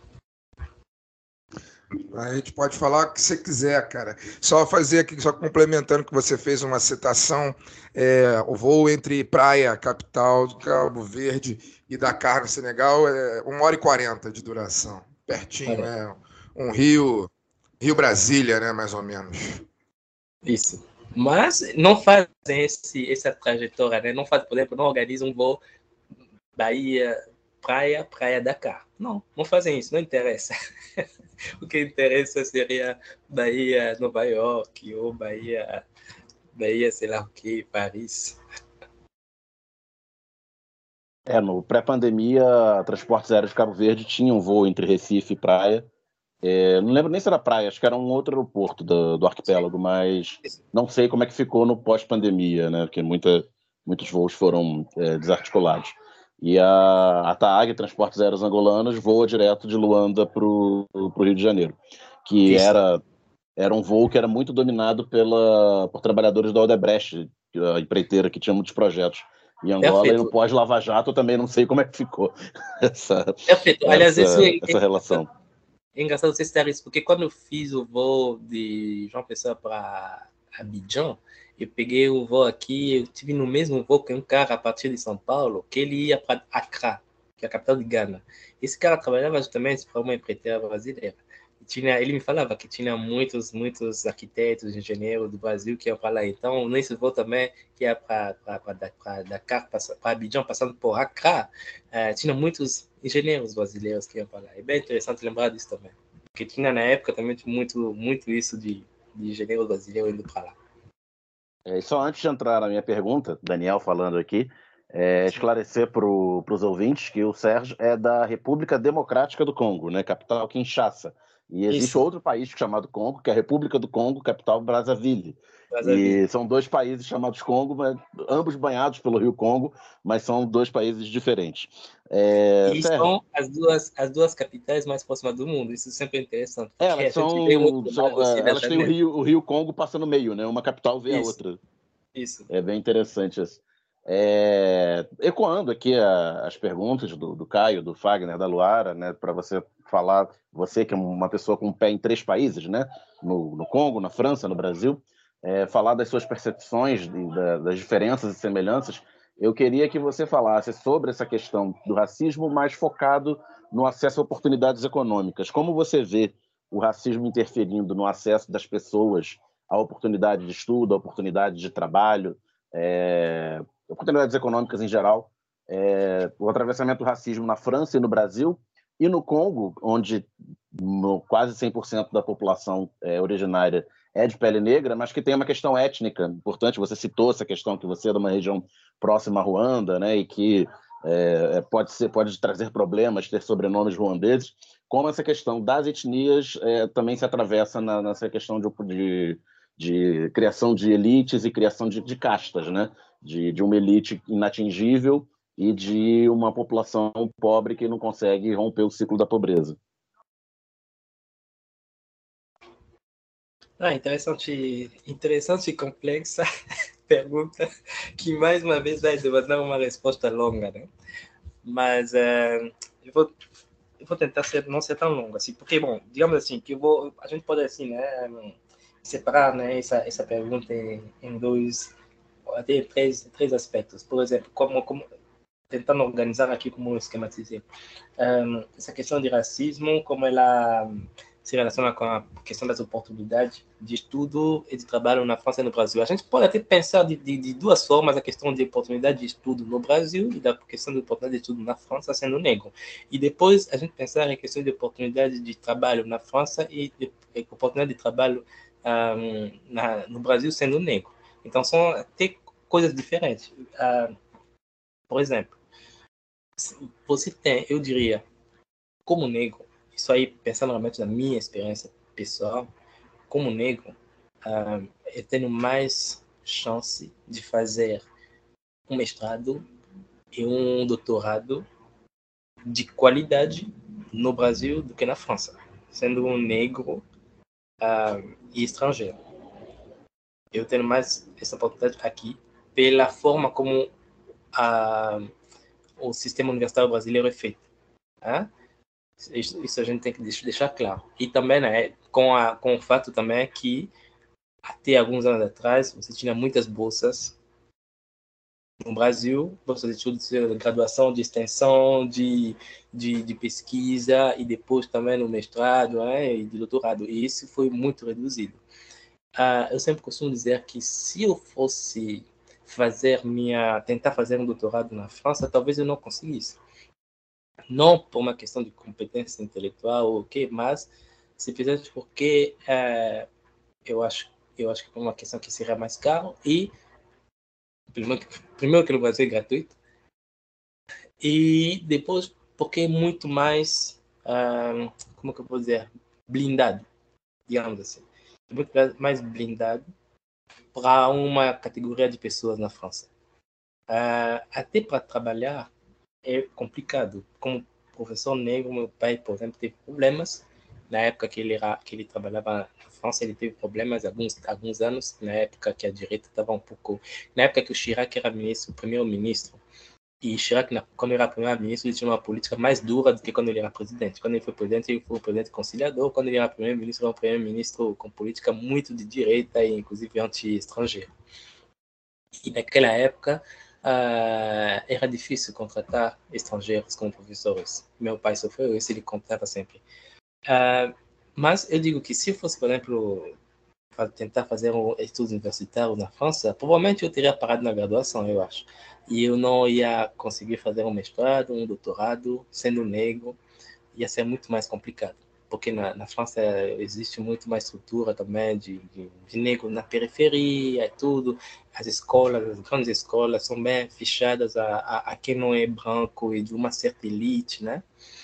A gente pode falar o que você quiser, cara. Só fazer aqui, só complementando que você fez uma citação, o voo entre Praia, capital de Cabo Verde, e Dakar, no Senegal, é 1h40 de duração. Pertinho, um Rio-Brasília, né, mais ou menos. Isso. Mas não fazem essa trajetória, né? Não fazem, por exemplo, não organizam um voo Bahia, Praia, Dakar. Não fazem isso, não interessa. O que interessa seria Bahia, Nova York, ou Bahia, sei lá o que, Paris. No pré-pandemia, Transportes Aéreos de Cabo Verde tinha um voo entre Recife e Praia. Não lembro nem se era Praia, acho que era um outro aeroporto do arquipélago, mas não sei como é que ficou no pós-pandemia, né? Porque muitos voos foram desarticulados. E a TAAG, Transportes Aéreos Angolanos, voa direto de Luanda para o Rio de Janeiro, que era um voo que era muito dominado por trabalhadores da Odebrecht, a empreiteira que tinha muitos projetos em Angola. Perfeito. E no pós-Lava Jato eu também não sei como é que ficou essa relação. É engraçado você citar isso, porque quando eu fiz o voo de João Pessoa para Abidjan, eu peguei o voo aqui, eu tive no mesmo voo que um cara a partir de São Paulo, que ele ia para Accra, que é a capital de Gana. Esse cara trabalhava justamente para uma empreiteira brasileira. Ele me falava que tinha muitos arquitetos, engenheiros do Brasil que iam para lá. Então, nesse voo também, que ia para Dakar, para Abidjan, passando por Accra, tinha muitos engenheiros brasileiros que iam para lá. É bem interessante lembrar disso também. Porque tinha na época também muito isso de engenheiros brasileiros indo para lá. Só antes de entrar na minha pergunta, Daniel falando aqui, esclarecer para os ouvintes que o Sérgio é da República Democrática do Congo, né? Capital Kinshasa. E existe outro país chamado Congo, que é a República do Congo, capital Brazzaville. E são dois países chamados Congo, mas ambos banhados pelo Rio Congo, mas são dois países diferentes. E são as duas capitais mais próximas do mundo. Isso sempre é interessante. Elas têm o Rio Congo passando no meio, né? Uma capital vê a outra. Isso. É bem interessante isso. Ecoando aqui as perguntas do Caio, do Fagner, da Luara, né, para você falar, você que é uma pessoa com um pé em 3 países, né, no Congo, na França, no Brasil, falar das suas percepções, das diferenças e semelhanças. Eu queria que você falasse sobre essa questão do racismo, mais focado no acesso a oportunidades econômicas. Como você vê o racismo interferindo no acesso das pessoas à oportunidade de estudo, à oportunidade de trabalho, oportunidades econômicas em geral, o atravessamento do racismo na França e no Brasil, e no Congo, onde quase 100% da população originária é de pele negra, mas que tem uma questão étnica importante. Você citou essa questão que você é de uma região próxima a Ruanda, né, e que pode trazer problemas ter sobrenomes ruandeses, como essa questão das etnias também se atravessa nessa questão de criação de elites e criação de castas, né? De uma elite inatingível e de uma população pobre que não consegue romper o ciclo da pobreza. Interessante e complexa pergunta, que mais uma vez vai demandar uma resposta longa, né? Mas eu vou tentar não ser tão longo assim, porque, bom, digamos assim, a gente pode assim, né, separar, né, essa pergunta em até três aspectos. Por exemplo, como tentando organizar aqui como eu esquematizei essa questão de racismo, como ela se relaciona com a questão das oportunidades de estudo e de trabalho na França e no Brasil. A gente pode até pensar de duas formas a questão de oportunidade de estudo no Brasil e da questão de oportunidade de estudo na França sendo negro. E depois a gente pensar em questão de oportunidade de trabalho na França e oportunidade de trabalho no Brasil sendo negro. Então são até coisas diferentes. Por exemplo, você tem, eu diria, como negro, isso aí pensando realmente na minha experiência pessoal, como negro, eu tenho mais chance de fazer um mestrado e um doutorado de qualidade no Brasil do que na França. Sendo um negro e estrangeiro. Eu tenho mais essa oportunidade aqui pela forma como o sistema universitário brasileiro é feito. Né? Isso a gente tem que deixar claro. E também, né, com o fato também que até alguns anos atrás você tinha muitas bolsas no Brasil, bolsas de estudos de graduação, de extensão, de pesquisa e depois também no mestrado, né, e de doutorado. E isso foi muito reduzido. Eu sempre costumo dizer que se eu fosse tentar fazer um doutorado na França, talvez eu não conseguisse. Não por uma questão de competência intelectual ou o quê, mas simplesmente porque eu acho que é uma questão que seria mais caro e primeiro que no Brasil é gratuito e depois porque é muito mais como que eu vou dizer, blindado, digamos assim, muito mais blindado para uma categoria de pessoas na França. Até para trabalhar é complicado. Como professor negro, meu pai, por exemplo, teve problemas. Na época que ele trabalhava na França, ele teve problemas há alguns anos, na época que a direita estava um pouco... Na época que o Chirac era primeiro-ministro, e Chirac, quando ele era primeiro-ministro, ele tinha uma política mais dura do que quando ele era presidente. Quando ele foi um presidente conciliador. Quando ele era primeiro-ministro, ele era um primeiro-ministro com política muito de direita e, inclusive, anti-estrangeiro. E naquela época, era difícil contratar estrangeiros como professores. Meu pai sofreu isso, ele contava sempre. Mas eu digo que se fosse, por exemplo, tentar fazer um estudo universitário na França, provavelmente eu teria parado na graduação, eu acho. E eu não ia conseguir fazer um mestrado, um doutorado, sendo negro, ia ser muito mais complicado. Porque na França existe muito mais estrutura também de negro na periferia e tudo. As grandes escolas são bem fechadas a quem não é branco e de uma certa elite, né?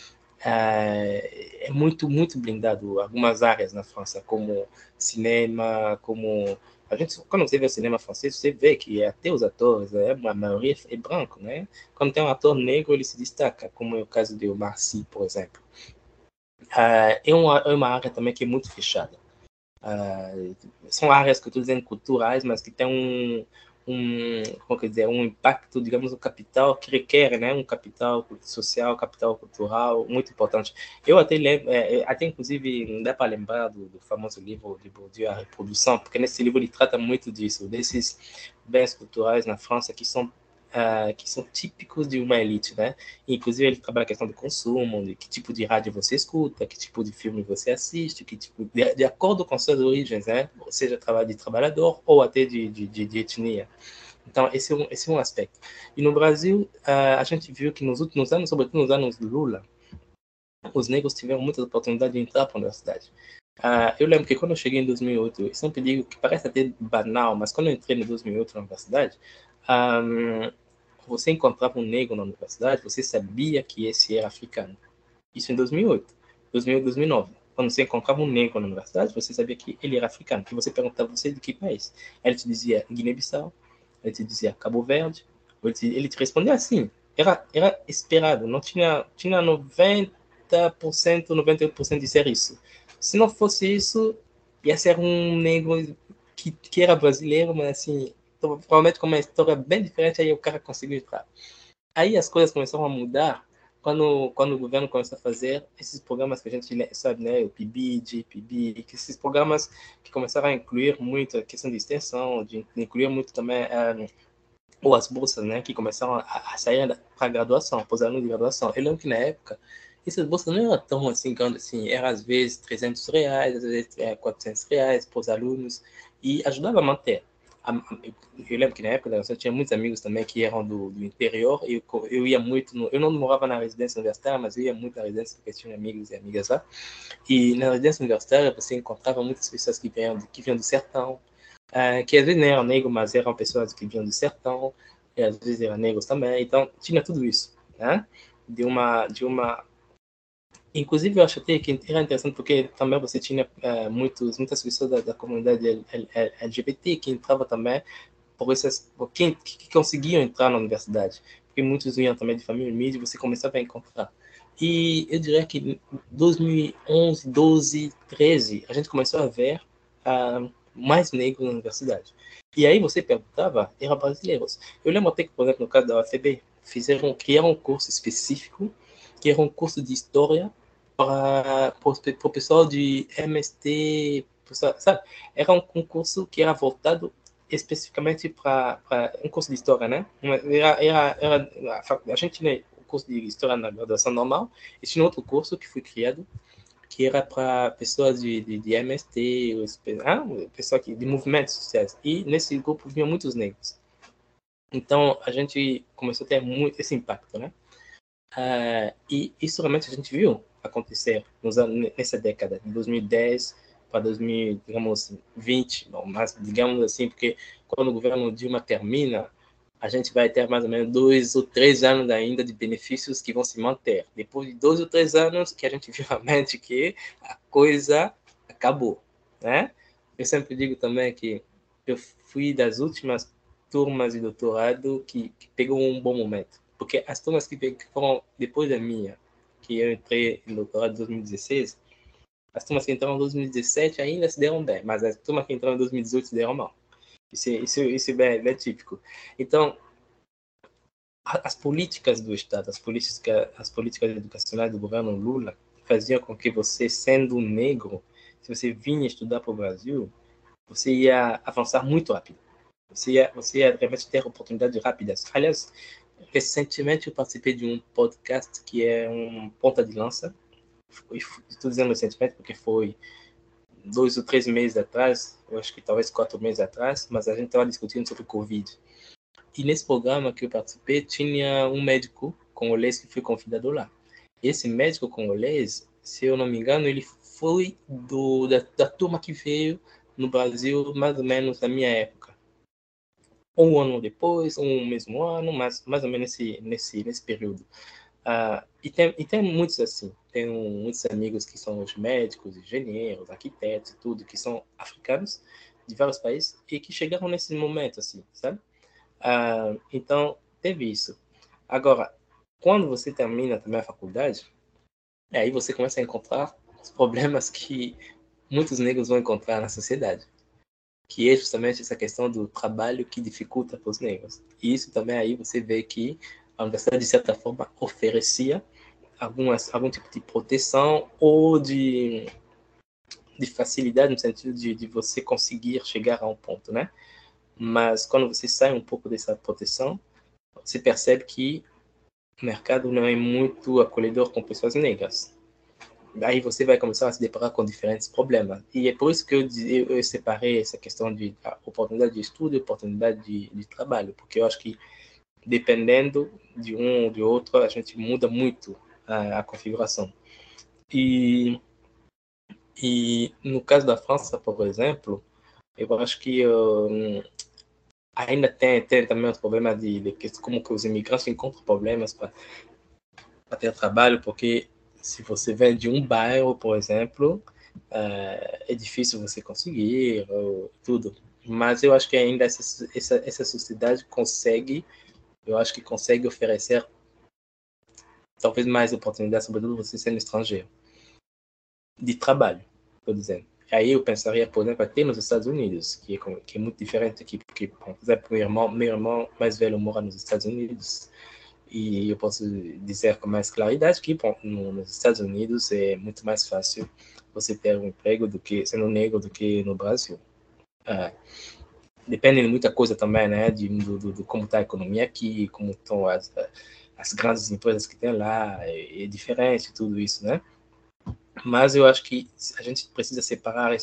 É muito, muito blindado algumas áreas na França, como cinema, como... quando você vê o cinema francês, você vê que até os atores, a maioria é branco, né? Quando tem um ator negro, ele se destaca, como é o caso de Omar Sy, por exemplo. É uma área também que é muito fechada. São áreas que eu estou dizendo culturais, mas que tem como quer dizer, um impacto, digamos, um capital que requer, né, um capital social, capital cultural muito importante. Eu até lembro, até inclusive, não dá para lembrar do famoso livro de Bourdieu, A Reprodução, porque nesse livro ele trata muito disso, desses bens culturais na França que são típicos de uma elite, né? Inclusive ele trabalha a questão do consumo, de que tipo de rádio você escuta, que tipo de filme você assiste, que tipo de acordo com suas origens, né? Seja trabalho de trabalhador ou até de etnia. Então esse é um aspecto. E no Brasil a gente viu que nos últimos anos, sobretudo nos anos do Lula, os negros tiveram muitas oportunidades de entrar para a universidade. Eu lembro que quando eu cheguei em 2008, eu sempre digo que parece até banal, mas quando eu entrei em 2008 na universidade, você encontrava um negro na universidade, você sabia que esse era africano. Isso em 2008, 2008, 2009. Quando você encontrava um negro na universidade, você sabia que ele era africano. Que você perguntava você de que país. Ele te dizia Guiné-Bissau, ele te dizia Cabo Verde, ele te respondia assim. Era esperado, não tinha 90%, 98% de ser isso. Se não fosse isso, ia ser um negro que era brasileiro, mas assim, provavelmente com uma história bem diferente, aí o cara conseguiu entrar. Aí as coisas começaram a mudar quando o governo começou a fazer esses programas que a gente sabe, né, o PIBID, PIBI, esses programas que começaram a incluir muito a questão de extensão, de incluir muito também ou as bolsas, né, que começaram a sair para graduação, para os alunos de graduação. Eu lembro que na época essas bolsas não eram tão assim grandes assim, era às vezes R$300, às vezes R$400 para os alunos e ajudava a manter. Eu lembro que na época eu tinha muitos amigos também que eram do interior e eu ia muito, eu não morava na residência universitária, mas eu ia muito na residência porque tinha amigos e amigas lá. E na residência universitária você encontrava muitas pessoas que vinham do sertão, que às vezes não eram negros, mas eram pessoas que vinham do sertão, e às vezes eram negros também, então tinha tudo isso, né? De uma Inclusive, eu acho até que era interessante porque também você tinha muitas pessoas da comunidade LGBT que entravam também por que conseguiam entrar na universidade. Porque muitos vinham também de família humilde, você começava a encontrar. E eu diria que em 2011, 12, 13, a gente começou a ver mais negros na universidade. E aí você perguntava, eram brasileiros. Eu lembro até que, por exemplo, no caso da UFB, criaram um curso específico, que era um curso de história para o pessoal de MST, sabe? Era um curso que era voltado especificamente para um curso de história, né? A gente tinha o curso de história na graduação normal, e tinha outro curso que foi criado, que era para pessoas de MST, pessoal de movimentos sociais. E nesse grupo vinham muitos negros. Então a gente começou a ter muito esse impacto, né? E isso realmente a gente viu acontecer nessa década, de 2010 para 2020, mas digamos assim, porque quando o governo Dilma termina, a gente vai ter mais ou menos 2 ou 3 anos ainda de benefícios que vão se manter. Depois de 2 ou 3 anos que a gente viu realmente que a coisa acabou, né? Eu sempre digo também que eu fui das últimas turmas de doutorado que pegou um bom momento. Porque as turmas que foram depois da minha, que eu entrei no doutorado em 2016, as turmas que entraram em 2017 ainda se deram bem, mas as turmas que entraram em 2018 se deram mal. Isso é bem típico. Então, as políticas do Estado, as políticas educacionais do governo Lula faziam com que você, sendo negro, se você vinha estudar para o Brasil, você ia avançar muito rápido. Você ia realmente ter oportunidades rápidas. Aliás, recentemente eu participei de um podcast que é um ponta de lança. Estou dizendo recentemente porque foi 2 ou 3 meses atrás, eu acho que talvez 4 meses atrás, mas a gente estava discutindo sobre o Covid. E nesse programa que eu participei, tinha um médico congolês que foi convidado lá. Esse médico congolês, se eu não me engano, ele foi da turma que veio no Brasil mais ou menos na minha época. Um ano depois, um mesmo ano, mas mais ou menos nesse período. E tem muitos assim. Tem muitos amigos que são os médicos, engenheiros, arquitetos e tudo, que são africanos de vários países e que chegaram nesse momento, assim, sabe? Então, teve isso. Agora, quando você termina também a faculdade, aí você começa a encontrar os problemas que muitos negros vão encontrar na sociedade, que é justamente essa questão do trabalho que dificulta para os negros. E isso também aí você vê que a universidade, de certa forma, oferecia algum tipo de proteção ou de facilidade no sentido de você conseguir chegar a um ponto, né? Mas quando você sai um pouco dessa proteção, você percebe que o mercado não é muito acolhedor com pessoas negras. Aí você vai começar a se deparar com diferentes problemas. E é por isso que eu separei essa questão de oportunidade de estudo e oportunidade de trabalho, porque eu acho que dependendo de um ou de outro, a gente muda muito a configuração. E no caso da França, por exemplo, eu acho que ainda tem também os problemas de como que os imigrantes encontram problemas para ter trabalho, porque se você vem de um bairro, por exemplo, é difícil você conseguir tudo. Mas eu acho que ainda essa sociedade consegue oferecer talvez mais oportunidades, sobretudo você sendo estrangeiro, de trabalho, estou dizendo. Aí eu pensaria, por exemplo, até nos Estados Unidos, que é muito diferente aqui, porque, por exemplo, meu irmão mais velho mora nos Estados Unidos, e eu posso dizer com mais claridade que nos Estados Unidos é muito mais fácil você ter um emprego sendo negro do que no Brasil. Depende de muita coisa também, né? Do como está a economia aqui, como estão as grandes empresas que tem lá, é diferente tudo isso, né? Mas eu acho que a gente precisa separar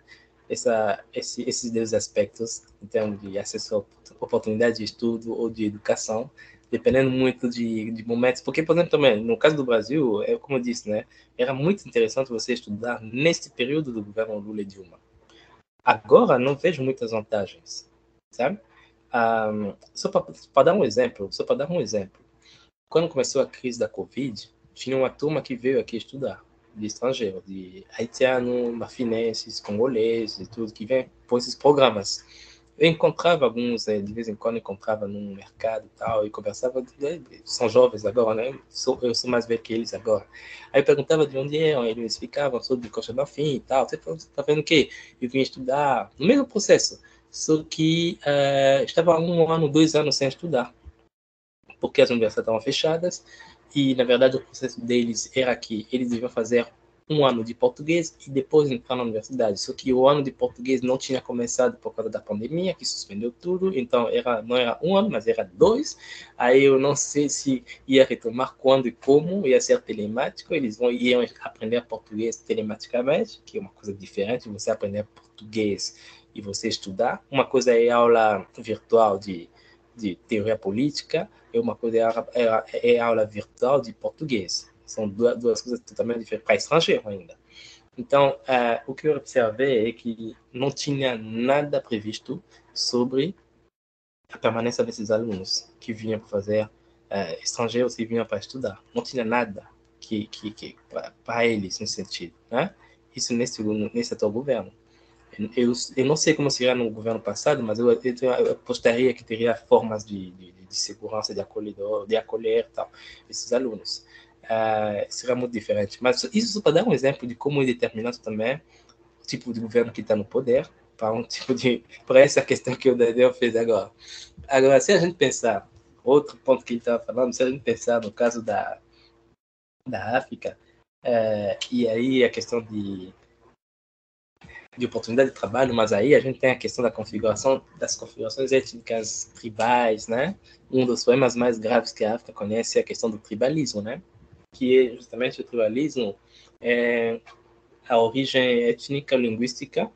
esses dois aspectos em termos de acesso a oportunidade de estudo ou de educação, dependendo muito de momentos. Porque, por exemplo, também, no caso do Brasil, como eu disse, né, era muito interessante você estudar neste período do governo Lula e Dilma. Agora, não vejo muitas vantagens, sabe? Só para dar um exemplo, quando começou a crise da Covid, tinha uma turma que veio aqui estudar, de estrangeiro, de haitiano, marfinenses, congoleses e tudo, que vem por esses programas. Eu encontrava alguns, de vez em quando encontrava num mercado e tal, e conversava, são jovens agora, né? Eu sou mais velho que eles agora. Aí eu perguntava de onde eram, eles ficavam sobre Costa do Marfim e tal. Você tá vendo o quê? Eu vim estudar, no mesmo processo, só que estava 1 ano, 2 anos sem estudar, porque as universidades estavam fechadas, e na verdade o processo deles era que eles deviam fazer 1 ano de português e depois entrar na universidade. Só que o ano de português não tinha começado por causa da pandemia, que suspendeu tudo. Então, não era 1 ano, mas era 2. Aí eu não sei se ia retomar quando e como, ia ser telemático. Iam aprender português telematicamente, que é uma coisa diferente, você aprender português e você estudar. Uma coisa é aula virtual de teoria política, e uma coisa é aula virtual de português. São duas coisas totalmente diferentes, para estrangeiro ainda. Então, o que eu observei é que não tinha nada previsto sobre a permanência desses alunos que vinham para fazer, estrangeiros que vinham para estudar. Não tinha nada para eles nesse sentido, né? Isso nesse atual governo. Eu não sei como seria no governo passado, mas eu apostaria que teria formas de segurança, de acolher tal, esses alunos. Será muito diferente. Mas isso só para dar um exemplo de como é determinante também o tipo de governo que está no poder, para essa questão que o Daniel fez agora. Agora, se a gente pensar, outro ponto que ele estava falando, se a gente pensar no caso da África, e aí a questão de oportunidade de trabalho, mas aí a gente tem a questão das configurações étnicas tribais, né? Um dos problemas mais graves que a África conhece é a questão do tribalismo, né? Que é justamente o tribalismo é a origem étnica linguística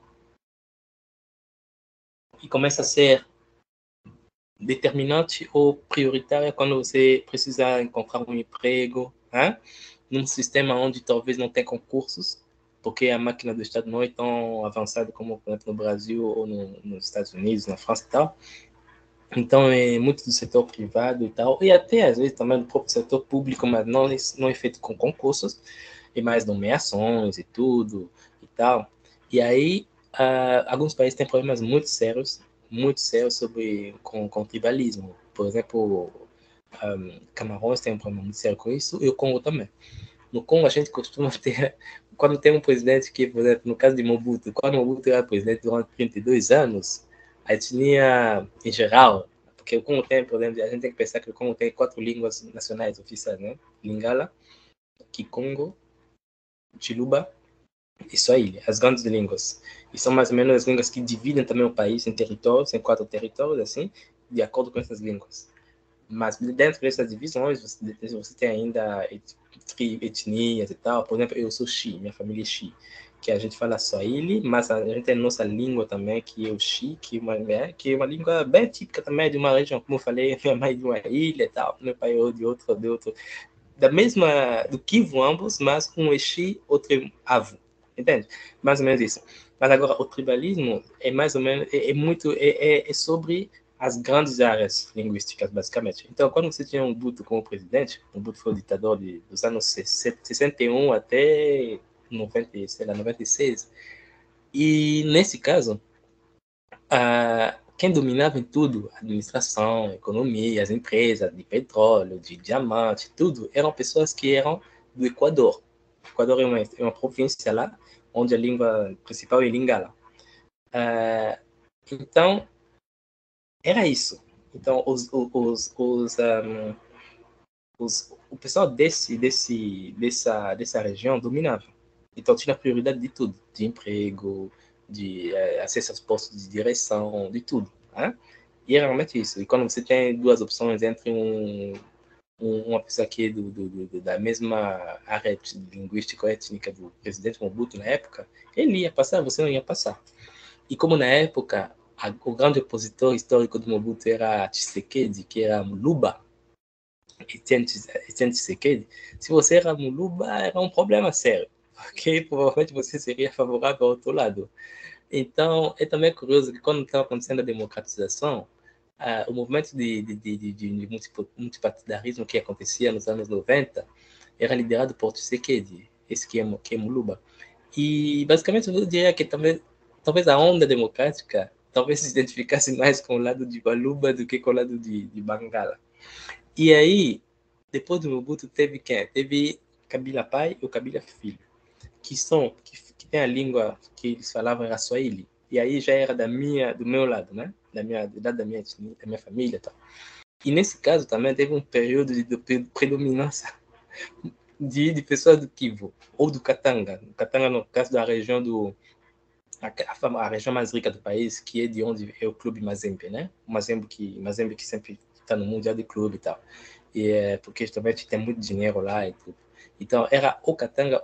e começa a ser determinante ou prioritária quando você precisa encontrar um emprego, né? Num sistema onde talvez não tenha concursos, porque a máquina do Estado não é tão avançada como, por exemplo, no Brasil ou nos Estados Unidos, na França e tal. Então, é muito do setor privado e tal, e até, às vezes, também do próprio setor público, mas não é feito com concursos, e mais nomeações e tudo e tal. E aí, alguns países têm problemas muito sérios com tribalismo. Por exemplo, Camarões tem um problema muito sério com isso, e o Congo também. No Congo, a gente costuma ter, quando tem um presidente que, por exemplo, no caso de Mobutu, quando Mobutu era presidente durante 32 anos, a etnia em geral, porque o Congo tem, por exemplo, a gente tem que pensar que o Congo tem 4 línguas nacionais oficiais, né? Lingala, Kikongo, Chiluba e Swahili, as grandes línguas. E são mais ou menos as línguas que dividem também o país em territórios, em 4 territórios, assim, de acordo com essas línguas. Mas dentro dessas divisões, você tem ainda etnias e tal. Por exemplo, eu sou Xi, minha família é Xi, que a gente fala Swahili, mas a gente tem a nossa língua também, que é o Xi, que é uma língua bem típica também de uma região, como eu falei, minha mãe de uma ilha e tal, meu pai é de outro, do Kivu ambos, mas um é Xi, outro é Avu, entende? Mais ou menos isso. Mas agora, o tribalismo é mais ou menos, é sobre as grandes áreas linguísticas, basicamente. Então, quando você tinha um Mobutu como presidente, o Mobutu foi o ditador dos anos 61 até 96, e nesse caso, quem dominava em tudo, administração, economia, as empresas de petróleo, de diamante, tudo, eram pessoas que eram do Equador. O Equador é uma província lá, onde a língua principal é Lingala. Então, era isso. Então, o pessoal dessa região dominava. Então, tinha prioridade de tudo, de emprego, de acesso aos postos de direção, de tudo. Né? E é realmente isso. E quando você tem duas opções entre uma pessoa que é da mesma área linguística ou étnica do presidente Mobutu na época, ele ia passar, você não ia passar. E como na época o grande opositor histórico do Mobutu era Tshisekedi, que era Muluba, Etienne Tshisekedi, se você era Muluba, era um problema sério, porque provavelmente você seria favorável ao outro lado. Então, é também curioso que quando estava acontecendo a democratização, o movimento de multipartidarismo que acontecia nos anos 90 era liderado por Tshisekedi, esse que é Muluba. E, basicamente, eu diria que talvez a onda democrática talvez se identificasse mais com o lado de Baluba do que com o lado de Bangala. E aí, depois do Mobutu, teve quem? Teve Kabila pai e o Kabila filho, que tem a língua que eles falavam era Swahili. E aí já era do meu lado, né? Da minha família e tal. E nesse caso também teve um período de predominância de pessoas do Kivu ou do Katanga. O Katanga, no caso da região a região mais rica do país, que é de onde é o clube Mazembe, né? O Mazembe que sempre está no Mundial de Clube e tal. E é porque justamente tem muito dinheiro lá e tudo. Então, era o Katanga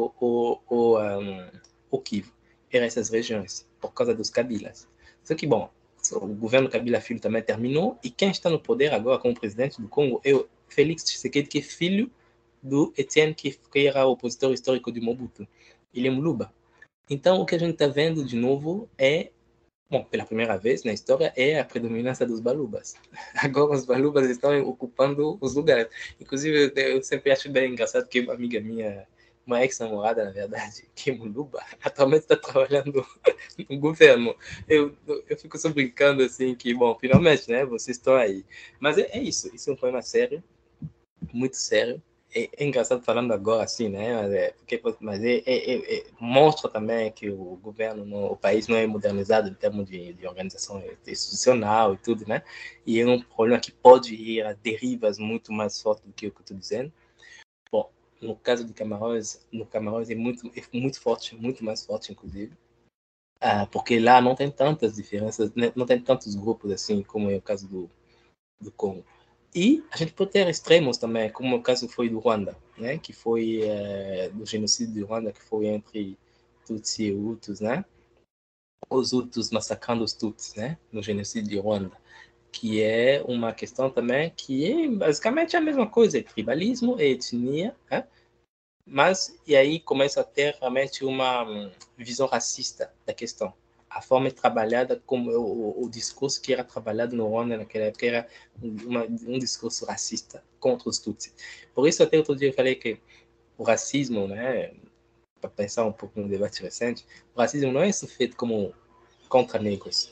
o Kivu. Eram essas regiões, por causa dos Kabilas. Só que, bom, o governo Kabila Filho também terminou, e quem está no poder agora como presidente do Congo é o Félix Tshisekedi, que é filho do Etienne, que era o opositor histórico de Mobutu. Ele é Muluba. Então, o que a gente está vendo de novo é, bom, pela primeira vez na história, é a predominância dos Balubas. Agora os Balubas estão ocupando os lugares. Inclusive, eu sempre acho bem engraçado que uma amiga minha, uma ex-namorada, na verdade, que é Muluba, atualmente está trabalhando no governo. Eu fico só brincando assim que, bom, finalmente, né, vocês estão aí. Mas é isso é um problema sério, muito sério. É engraçado falando agora assim, né? Mas mostra também que o governo, o país não é modernizado em termos de organização institucional e tudo, né? E é um problema que pode ir a derivas muito mais fortes do que o que eu estou dizendo. Bom, no caso de Camarões, é muito forte, muito mais forte, inclusive. Porque lá não tem tantas diferenças, né? Não tem tantos grupos assim, como é o caso do Congo. E a gente pode ter extremos também, como o caso foi do Ruanda, né? Que foi do genocídio do Ruanda, que foi entre Tutsi e Hutus, né? Os Hutus massacrando os Tutsis, né? No genocídio de Ruanda, que é uma questão também que é basicamente a mesma coisa, é tribalismo, é etnia, né? Mas, e aí começa a ter realmente uma visão racista da questão. A forma trabalhada, como o discurso que era trabalhado no Rwanda naquela época era um discurso racista contra os Tutsis. Por isso, até outro dia eu falei que o racismo, né, para pensar um pouco no debate recente, o racismo não é só feito como contra negros,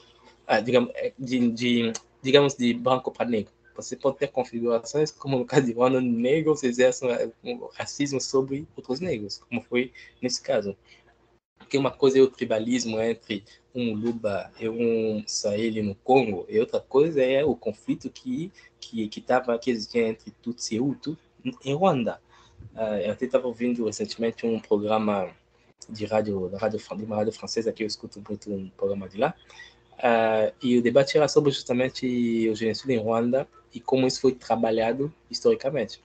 digamos de branco para negro. Você pode ter configurações, como no caso de Rwanda, negros exercem racismo sobre outros negros, como foi nesse caso. Porque uma coisa é o tribalismo entre um Luba e um Swahili no Congo, e outra coisa é o conflito que existia entre Tutsi e Hutu em Rwanda. Eu até estava ouvindo recentemente um programa de uma rádio francesa, que eu escuto muito um programa de lá, e o debate era sobre justamente o genocídio em Ruanda e como isso foi trabalhado historicamente.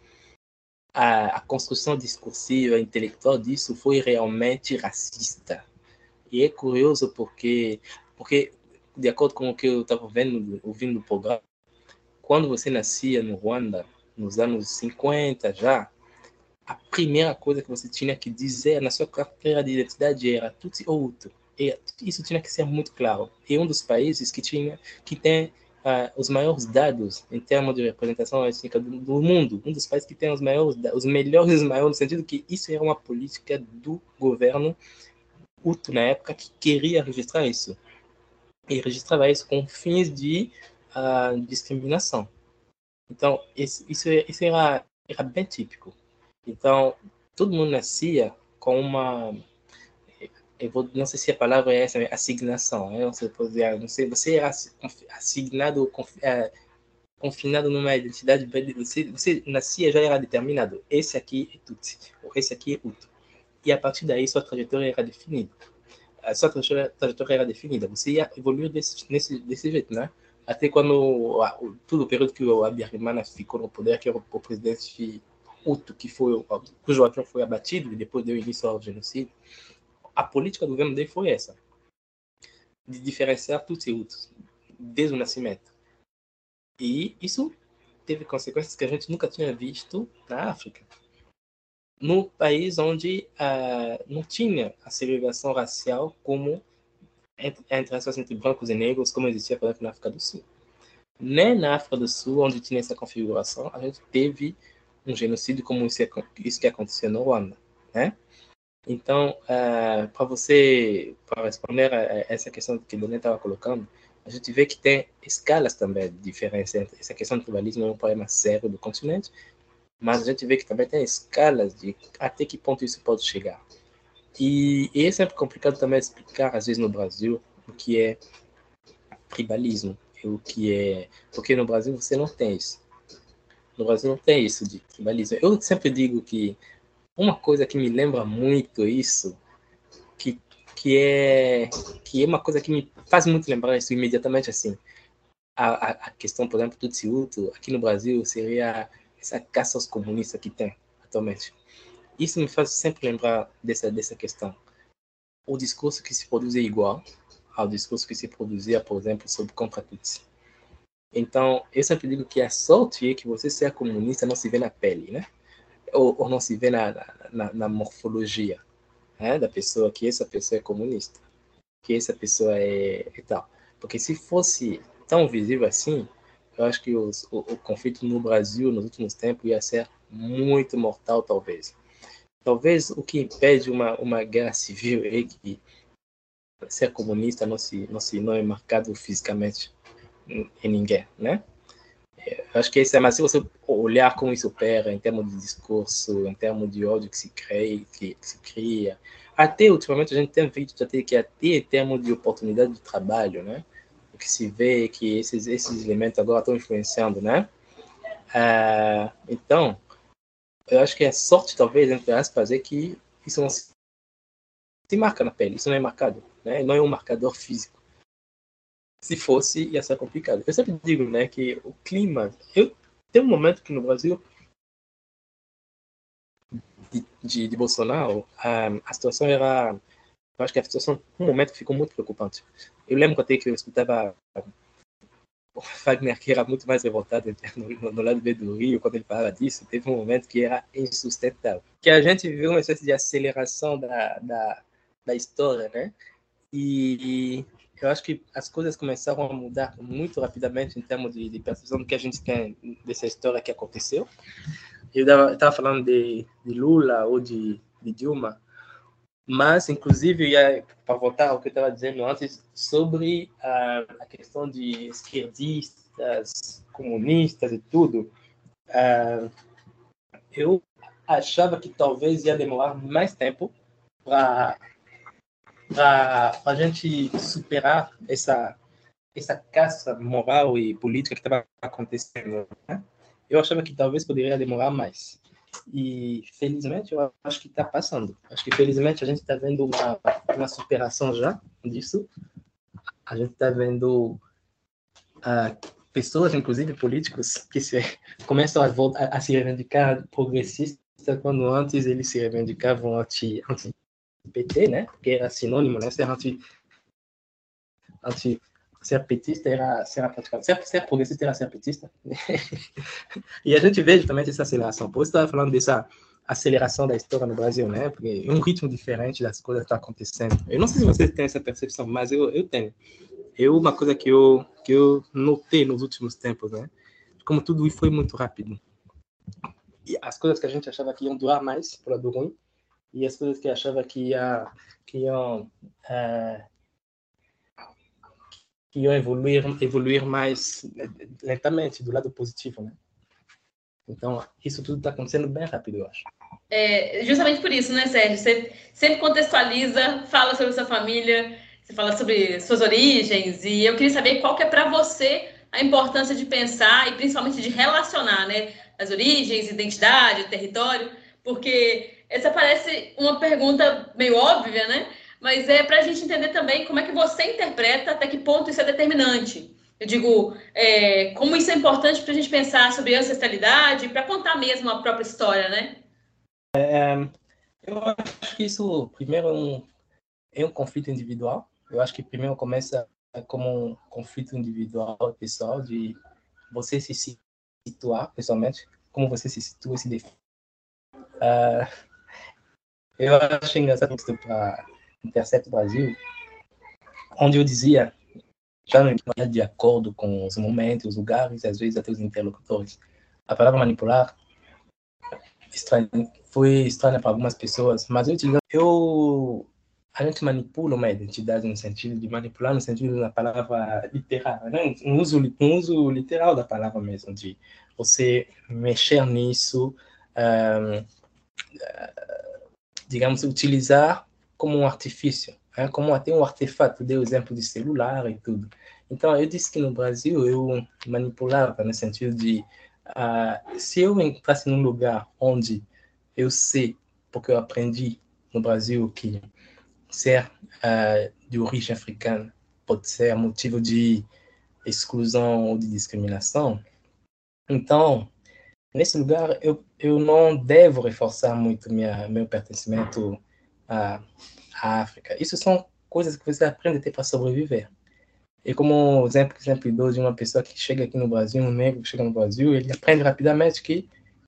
A construção discursiva, intelectual disso foi realmente racista. E é curioso porque de acordo com o que eu estava ouvindo no programa, quando você nascia no Ruanda, nos anos 50 já, a primeira coisa que você tinha que dizer na sua carteira de identidade era Tutsi ou Hutu. E isso tinha que ser muito claro. É um dos países que tem os maiores dados em termos de representação étnica do mundo. Um dos países que tem os melhores no sentido que isso era uma política do governo Hutu na época, que queria registrar isso. E registrava isso com fins de discriminação. Então, isso era bem típico. Então, todo mundo nascia com uma... não sei se a palavra é essa, assignação. Né? Você pode dizer, não sei, você era assignado, confinado numa identidade, você nascia, já era determinado. Esse aqui é Tutsi, ou esse aqui é Hutu. E a partir daí, sua trajetória era definida. A sua trajetória era definida. Você ia evoluir desse jeito, né? Até quando todo o período que o Habyarimana ficou no poder, que era o presidente Hutu, cujo avião foi abatido e depois deu início ao genocídio, a política do governo dele foi essa, de diferenciar Tutsi e Hutus desde o nascimento. E isso teve consequências que a gente nunca tinha visto na África. No país onde não tinha a segregação racial como entre brancos e negros, como existia, por exemplo, na África do Sul. Nem na África do Sul, onde tinha essa configuração, a gente teve um genocídio como isso que aconteceu no Ruanda, né? Então, para você, para responder a essa questão que o Bonet estava colocando, a gente vê que tem escalas também de diferença. Essa questão do tribalismo é um problema sério do continente, mas a gente vê que também tem escalas de até que ponto isso pode chegar. E é sempre complicado também explicar, às vezes, no Brasil, o que é tribalismo, o que é... Porque no Brasil você não tem isso. No Brasil não tem isso de tribalismo. Eu sempre digo que uma coisa que me lembra muito isso, que, que é uma coisa que me faz muito lembrar isso imediatamente, assim, a questão, por exemplo, do Tutsi-Hutu, aqui no Brasil, seria essa caça aos comunistas que tem atualmente. Isso me faz sempre lembrar dessa questão. O discurso que se produz é igual ao discurso que se produzia, por exemplo, sobre contra Tutsi. Então, eu sempre digo que a sorte é que você ser comunista não se vê na pele, né? Ou não se vê na morfologia, né? Da pessoa, que essa pessoa é comunista, que essa pessoa é tal. Porque se fosse tão visível assim, eu acho que o conflito no Brasil, nos últimos tempos, ia ser muito mortal, talvez. Talvez o que impede uma guerra civil é que ser comunista não é marcado fisicamente em ninguém, né? Eu acho que isso é, mas se você olhar como isso opera em termos de discurso, em termos de ódio que se cria, até ultimamente a gente tem visto até que até em termos de oportunidade de trabalho, né? O que se vê é que esses elementos agora estão influenciando, né? Então, eu acho que a sorte, talvez, entre aspas, é que isso não se marca na pele, isso não é marcado, né? Não é um marcador físico. Se fosse, ia ser complicado. Eu sempre digo, né, que o clima... Tem um momento que no Brasil, de Bolsonaro, a situação era... Eu acho que a situação, um momento, ficou muito preocupante. Eu lembro até que eu escutava o Wagner, que era muito mais revoltado no lado B do Rio, quando ele falava disso. Teve um momento que era insustentável. Que a gente viu uma espécie de aceleração da história, né? E eu acho que as coisas começaram a mudar muito rapidamente em termos de percepção do que a gente tem dessa história que aconteceu. Eu estava falando de Lula ou de Dilma, mas, inclusive, para voltar ao que eu estava dizendo antes, sobre a questão de esquerdistas, comunistas e tudo, eu achava que talvez ia demorar mais tempo para a gente superar essa caça moral e política que estava acontecendo, né? Eu achava que talvez poderia demorar mais. E, felizmente, eu acho que está passando. Acho que, felizmente, a gente está vendo uma superação já disso. A gente está vendo pessoas, inclusive políticos, que começam a se reivindicar progressistas, quando antes eles se reivindicavam anti-PT, né? Que era sinônimo, né? Ser petista era praticamente... Ser progressista era ser petista. E a gente vê justamente essa aceleração. Por isso eu estava falando dessa aceleração da história no Brasil, né? Porque é um ritmo diferente das coisas que estão acontecendo. Eu não sei se vocês têm essa percepção, mas eu tenho. Uma coisa que eu notei nos últimos tempos, né? Como tudo foi muito rápido. E as coisas que a gente achava que iam durar mais, por lado ruim, e as coisas que achava que iam evoluir mais lentamente, do lado positivo, né? Então, isso tudo está acontecendo bem rápido, eu acho. Justamente por isso, né, Sérgio? Você sempre contextualiza, fala sobre sua família, você fala sobre suas origens, e eu queria saber qual que é para você a importância de pensar e principalmente de relacionar, né, as origens, identidade, território, porque essa parece uma pergunta meio óbvia, né? Mas é para a gente entender também como é que você interpreta, até que ponto isso é determinante. Eu digo, como isso é importante para a gente pensar sobre ancestralidade, para contar mesmo a própria história, né? Eu acho que isso, primeiro, é um conflito individual. Eu acho que primeiro começa como um conflito individual, pessoal, de você se situar, pessoalmente, como você se situa e se define. Eu acho engraçado isso para Intercept Brasil, onde eu dizia, já não de acordo com os momentos, os lugares, às vezes até os interlocutores, a palavra manipular foi estranha para algumas pessoas, mas a gente manipula uma identidade no sentido de manipular, no sentido da palavra literal, né? Um uso literal da palavra mesmo, de você mexer nisso, digamos, utilizar como um artifício, né? Como até um artefato, dei o exemplo de celular e tudo. Então, eu disse que no Brasil eu manipulava no sentido de, se eu entrasse num lugar onde eu sei, porque eu aprendi no Brasil que ser de origem africana pode ser motivo de exclusão ou de discriminação, então, nesse lugar, eu não devo reforçar muito meu pertencimento à, à África. Isso são coisas que você aprende a ter para sobreviver. E como exemplo dou de uma pessoa que chega aqui no Brasil, um negro que chega no Brasil, ele aprende rapidamente que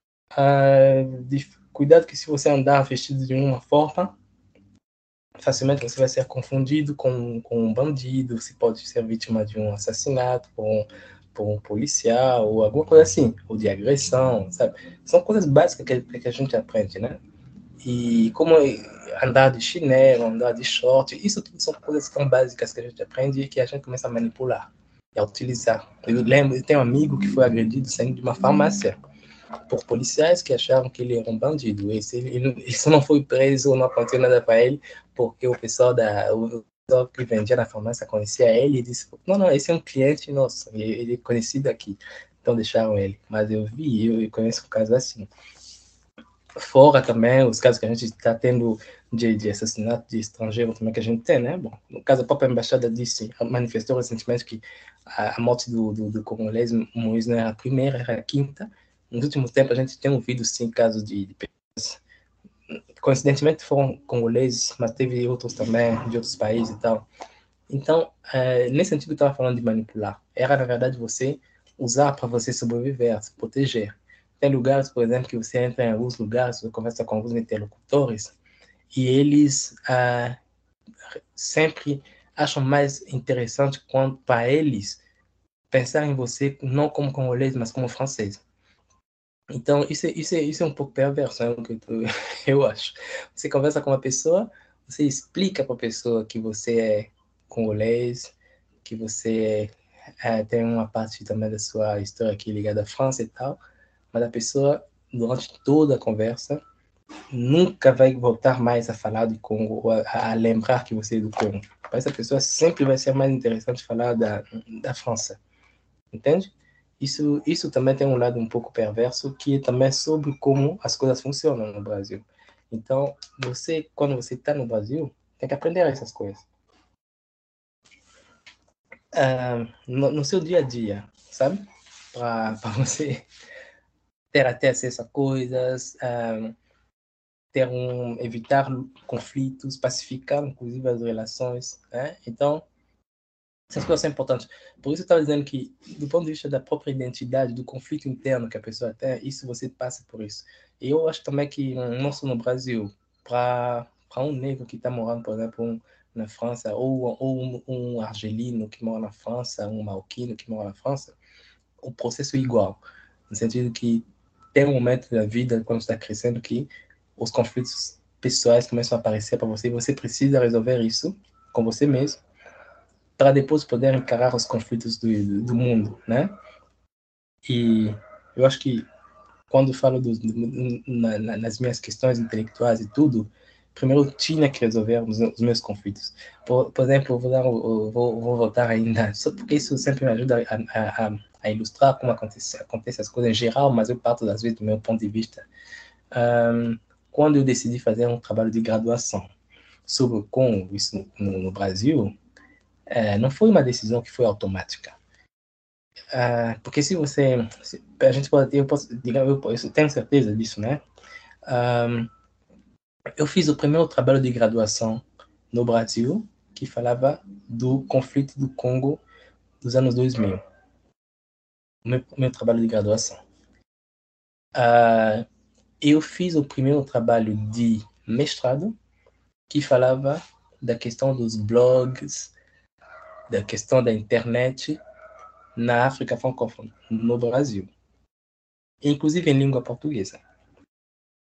cuidado que se você andar vestido de uma forma, facilmente você vai ser confundido com um bandido, você pode ser vítima de um assassinato por um policial, ou alguma coisa assim, ou de agressão, sabe? São coisas básicas que a gente aprende, né? E como andar de chinelo, andar de short, isso tudo são coisas tão básicas que a gente aprende e que a gente começa a manipular e a utilizar. Eu tenho um amigo que foi agredido saindo de uma farmácia por policiais que achavam que ele era um bandido. Ele só não foi preso, não aconteceu nada para ele, porque o pessoal que vendia na farmácia conhecia ele e disse, não, esse é um cliente nosso, ele é conhecido aqui. Então deixaram ele. Mas eu conheço um caso assim. Fora também os casos que a gente está tendo de assassinato de estrangeiro também que a gente tem, né? Bom, no caso, a própria embaixada manifestou recentemente que a morte do congolês Moïse não era a primeira, era a quinta. Nos últimos tempos, a gente tem ouvido, sim, casos de pessoas, coincidentemente foram congoleses, mas teve outros também, de outros países e tal. Então, nesse sentido, eu estava falando de manipular. Era, na verdade, você usar para você sobreviver, se proteger. Tem lugares, por exemplo, que você entra em alguns lugares, você conversa com alguns interlocutores, e eles sempre acham mais interessante quando, para eles, pensar em você não como congolês, mas como francês. Então, isso é um pouco perverso, né? Eu acho. Você conversa com uma pessoa, você explica para a pessoa que você é congolês, que você tem uma parte também da sua história aqui ligada à França e tal, mas a pessoa, durante toda a conversa, nunca vai voltar mais a falar do Congo, ou a lembrar que você é do Congo. Para essa pessoa, sempre vai ser mais interessante falar da França. Entende? Isso também tem um lado um pouco perverso, que também é sobre como as coisas funcionam no Brasil. Então, quando você está no Brasil, tem que aprender essas coisas. No seu dia a dia, sabe? Para você ter até acesso a coisas, evitar conflitos, pacificar, inclusive, as relações. Né? Então, essas coisas são importantes. Por isso eu estava dizendo que, do ponto de vista da própria identidade, do conflito interno que a pessoa tem, isso você passa por isso. E eu acho também que, não só no Brasil, para um negro que está morando, por exemplo, na França, ou um argelino que mora na França, um marroquino que mora na França, o processo é igual. No sentido que tem um momento da vida, quando você está crescendo, que os conflitos pessoais começam a aparecer para você e você precisa resolver isso com você mesmo, para depois poder encarar os conflitos do mundo, né? E eu acho que quando falo nas minhas questões intelectuais e tudo, primeiro eu tinha que resolver os meus conflitos. Por exemplo, vou voltar ainda, só porque isso sempre me ajuda a ilustrar como acontece as coisas em geral, mas eu parto, às vezes, do meu ponto de vista. Quando eu decidi fazer um trabalho de graduação sobre o Congo, isso no Brasil, não foi uma decisão que foi automática. Porque a gente pode, eu tenho certeza disso, né? Eu fiz o primeiro trabalho de graduação no Brasil que falava do conflito do Congo dos anos 2000. Meu trabalho de graduação. Eu fiz o primeiro trabalho de mestrado que falava da questão dos blogs, da questão da internet na África francófona, no Brasil, inclusive em língua portuguesa.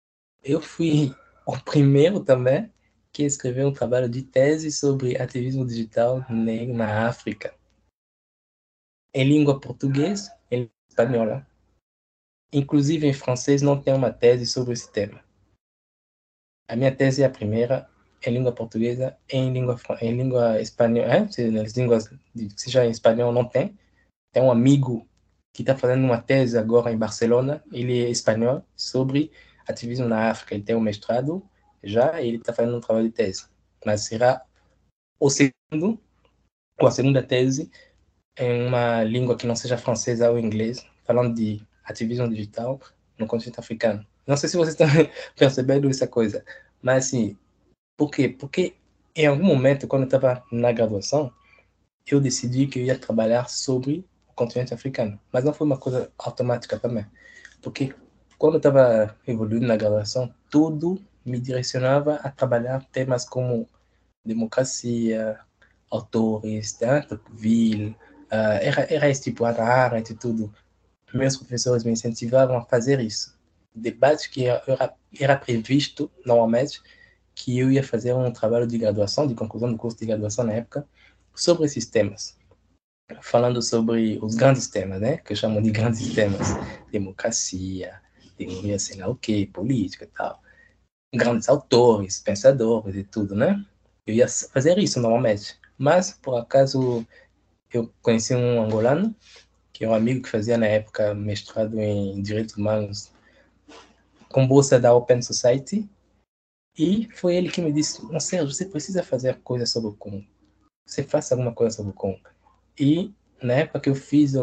Eu fui o primeiro também que escreveu um trabalho de tese sobre ativismo digital negro na África, em língua portuguesa, em língua espanhola. Inclusive em francês não tem uma tese sobre esse tema. A minha tese é a primeira em língua portuguesa e em língua espanhola. Nas línguas, seja em espanhol, não tem. Tem um amigo que está fazendo uma tese agora em Barcelona, ele é espanhol, sobre ativismo na África. Ele tem um mestrado já e ele está fazendo um trabalho de tese. Mas será o segundo, ou a segunda tese em uma língua que não seja francesa ou inglês, falando de ativismo digital no continente africano. Não sei se vocês estão percebendo essa coisa, mas assim, por quê? Porque em algum momento, quando eu estava na graduação, eu decidi que eu ia trabalhar sobre o continente africano. Mas não foi uma coisa automática também. Porque quando eu estava evoluindo na graduação, tudo me direcionava a trabalhar temas como democracia, autores, Tocqueville, era esse tipo, Hannah Arendt e tudo. Meus professores me incentivavam a fazer isso. Debate que era previsto, normalmente, que eu ia fazer um trabalho de graduação, de conclusão do curso de graduação na época, sobre esses temas. Falando sobre os grandes temas, né? Que eu chamo de grandes temas. Democracia, teoria, sei lá o quê, política e tal. Grandes autores, pensadores e tudo, né? Eu ia fazer isso normalmente. Mas, por acaso, eu conheci um angolano, que é um amigo que fazia na época mestrado em Direitos Humanos com bolsa da Open Society, e foi ele que me disse: não, Sérgio, você precisa fazer coisa sobre o Congo. Você faça alguma coisa sobre o Congo. E na época que eu fiz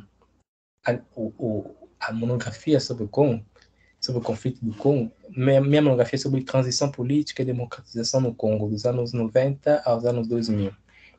a monografia sobre o Congo, sobre o conflito do Congo, minha monografia é sobre transição política e democratização no Congo, dos anos 90 aos anos 2000.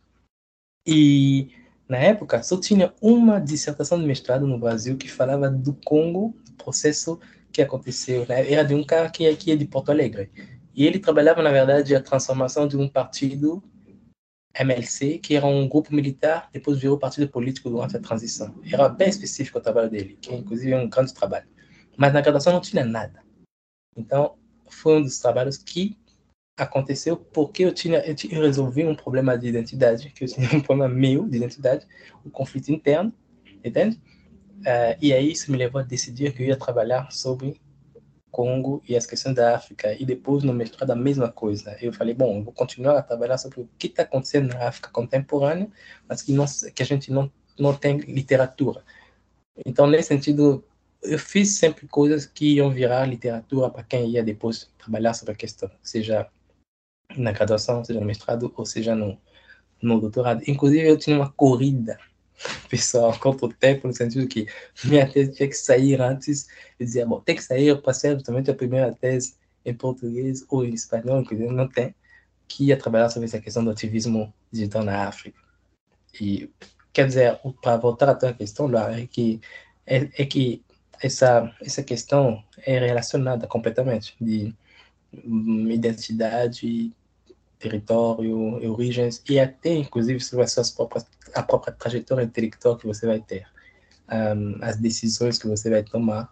E na época só tinha uma dissertação de mestrado no Brasil que falava do Congo, do processo que aconteceu, né? Era de um cara que é de Porto Alegre. E ele trabalhava, na verdade, a transformação de um partido MLC, que era um grupo militar, depois virou partido político durante a transição. Era bem específico o trabalho dele, que inclusive é um grande trabalho. Mas na graduação não tinha nada. Então, foi um dos trabalhos que aconteceu porque eu resolvi um problema de identidade, que eu tinha um problema meu de identidade, um conflito interno, entende? E aí isso me levou a decidir que eu ia trabalhar sobre Congo e as questões da África, e depois no mestrado a mesma coisa. Eu falei, bom, eu vou continuar a trabalhar sobre o que está acontecendo na África contemporânea, mas que a gente não tem literatura. Então, nesse sentido, eu fiz sempre coisas que iam virar literatura para quem ia depois trabalhar sobre a questão, seja na graduação, seja no mestrado, ou seja no doutorado. Inclusive, eu tinha uma corrida pessoal contra o tempo, no sentido que minha tese tinha que sair antes. Eu dizia, bom, tem que sair para ser justamente a primeira tese em português ou em espanhol, que não tem, que ia trabalhar sobre essa questão do ativismo digital na África. E, quer dizer, para voltar à tua questão, lá, é que essa questão é relacionada completamente de identidade, território, origens, e até, inclusive, sobre a própria trajetória intelectual que você vai ter, as decisões que você vai tomar.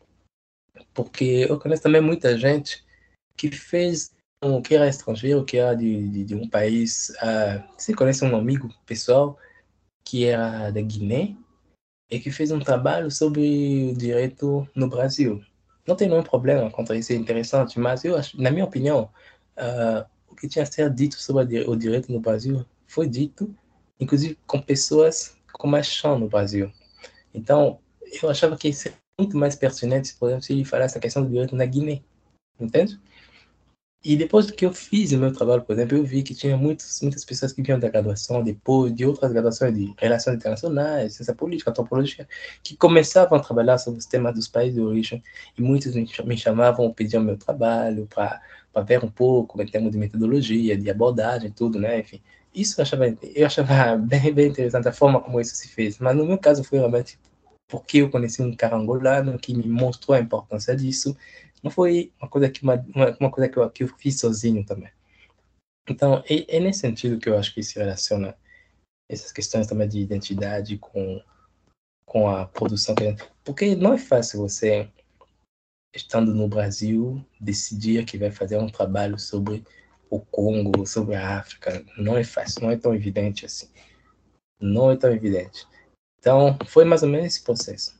Porque eu conheço também muita gente que fez, que era estrangeiro, que era de um país. Você conhece um amigo pessoal que era da Guiné e que fez um trabalho sobre o direito no Brasil. Não tem nenhum problema contra isso, é interessante, mas eu acho, na minha opinião, o que tinha a ser dito sobre o direito no Brasil foi dito, inclusive com pessoas com mais chão no Brasil. Então, eu achava que seria muito mais pertinente, por exemplo, se ele falasse essa questão do direito na Guiné, entende? E depois que eu fiz o meu trabalho, por exemplo, eu vi que tinha muitas pessoas que vinham da graduação, depois de outras graduações de relações internacionais, ciência política, antropologia, que começavam a trabalhar sobre os temas dos países de origem, e muitos me chamavam, pediam meu trabalho para ver um pouco em termos de metodologia, de abordagem, tudo, né? Enfim, isso eu achava bem interessante a forma como isso se fez, mas no meu caso foi realmente porque eu conheci um cara angolano que me mostrou a importância disso. Não foi uma coisa uma coisa que eu fiz sozinho também. Então, é nesse sentido que eu acho que se relaciona essas questões também de identidade com a produção. Porque não é fácil você estando no Brasil, decidir que vai fazer um trabalho sobre o Congo, sobre a África. Não é fácil, não é tão evidente assim. Não é tão evidente. Então, foi mais ou menos esse processo.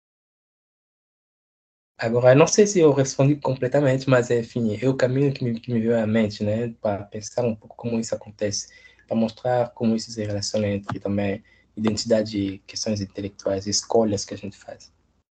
Agora, não sei se eu respondi completamente, mas, enfim, é o caminho que me veio à mente, né? Para pensar um pouco como isso acontece, para mostrar como isso se relaciona entre também identidade, questões intelectuais, escolhas que a gente faz.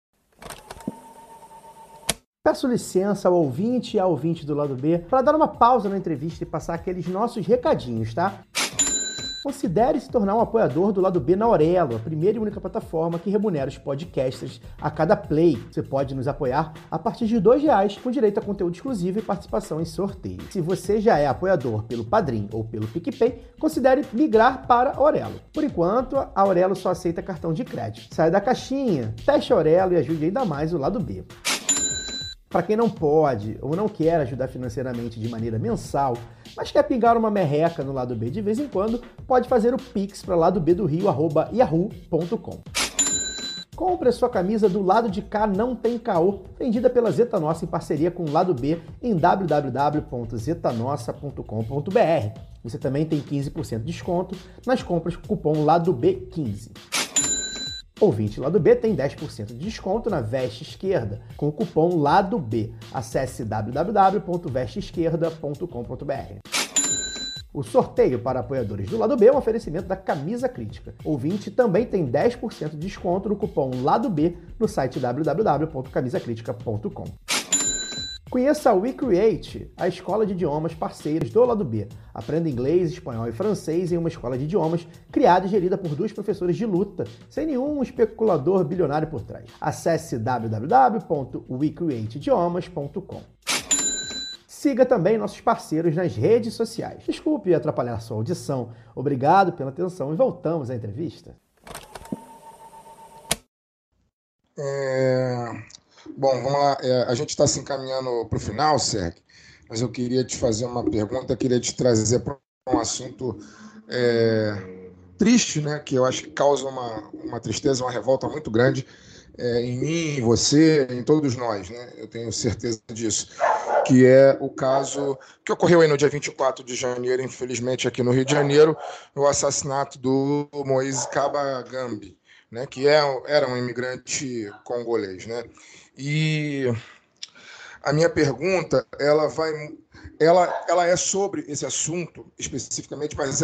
Peço licença ao ouvinte e à ouvinte do lado B para dar uma pausa na entrevista e passar aqueles nossos recadinhos, tá? Considere se tornar um apoiador do Lado B na Aurelo, a primeira e única plataforma que remunera os podcasters a cada play. Você pode nos apoiar a partir de R$2, com direito a conteúdo exclusivo e participação em sorteio. Se você já é apoiador pelo Padrim ou pelo PicPay, considere migrar para a Aurelo. Por enquanto, a Aurelo só aceita cartão de crédito. Saia da caixinha, teste a Aurelo e ajude ainda mais o Lado B. Para quem não pode ou não quer ajudar financeiramente de maneira mensal, mas quer pingar uma merreca no Lado B de vez em quando, pode fazer o Pix para ladobdorio@yahoo.com. Compre a sua camisa do Lado de Cá Não Tem Caô, vendida pela Zeta Nossa em parceria com o Lado B em www.zetanossa.com.br. Você também tem 15% de desconto nas compras com o cupom LADOB15. Ouvinte Lado B tem 10% de desconto na Veste Esquerda, com o cupom LADOB. Acesse www.vesteesquerda.com.br. O sorteio para apoiadores do Lado B é um oferecimento da Camisa Crítica. Ouvinte também tem 10% de desconto no cupom LADOB no site www.camisacritica.com. Conheça a WeCreate, a escola de idiomas parceiras do Lado B. Aprenda inglês, espanhol e francês em uma escola de idiomas criada e gerida por 2 professores de luta, sem nenhum especulador bilionário por trás. Acesse www.wecreateidiomas.com. Siga também nossos parceiros nas redes sociais. Desculpe atrapalhar sua audição. Obrigado pela atenção e voltamos à entrevista. Bom, vamos lá. A gente está se encaminhando para o final, Sérgio, mas eu queria te fazer uma pergunta, queria te trazer para um assunto triste, né? Que eu acho que causa uma tristeza, uma revolta muito grande em mim, em você, em todos nós, né? Eu tenho certeza disso. Que é o caso que ocorreu aí no dia 24 de janeiro, infelizmente, aqui no Rio de Janeiro, o assassinato do Moise Kabagambi, né? Que era um imigrante congolês, né? E a minha pergunta, ela é sobre esse assunto especificamente, mas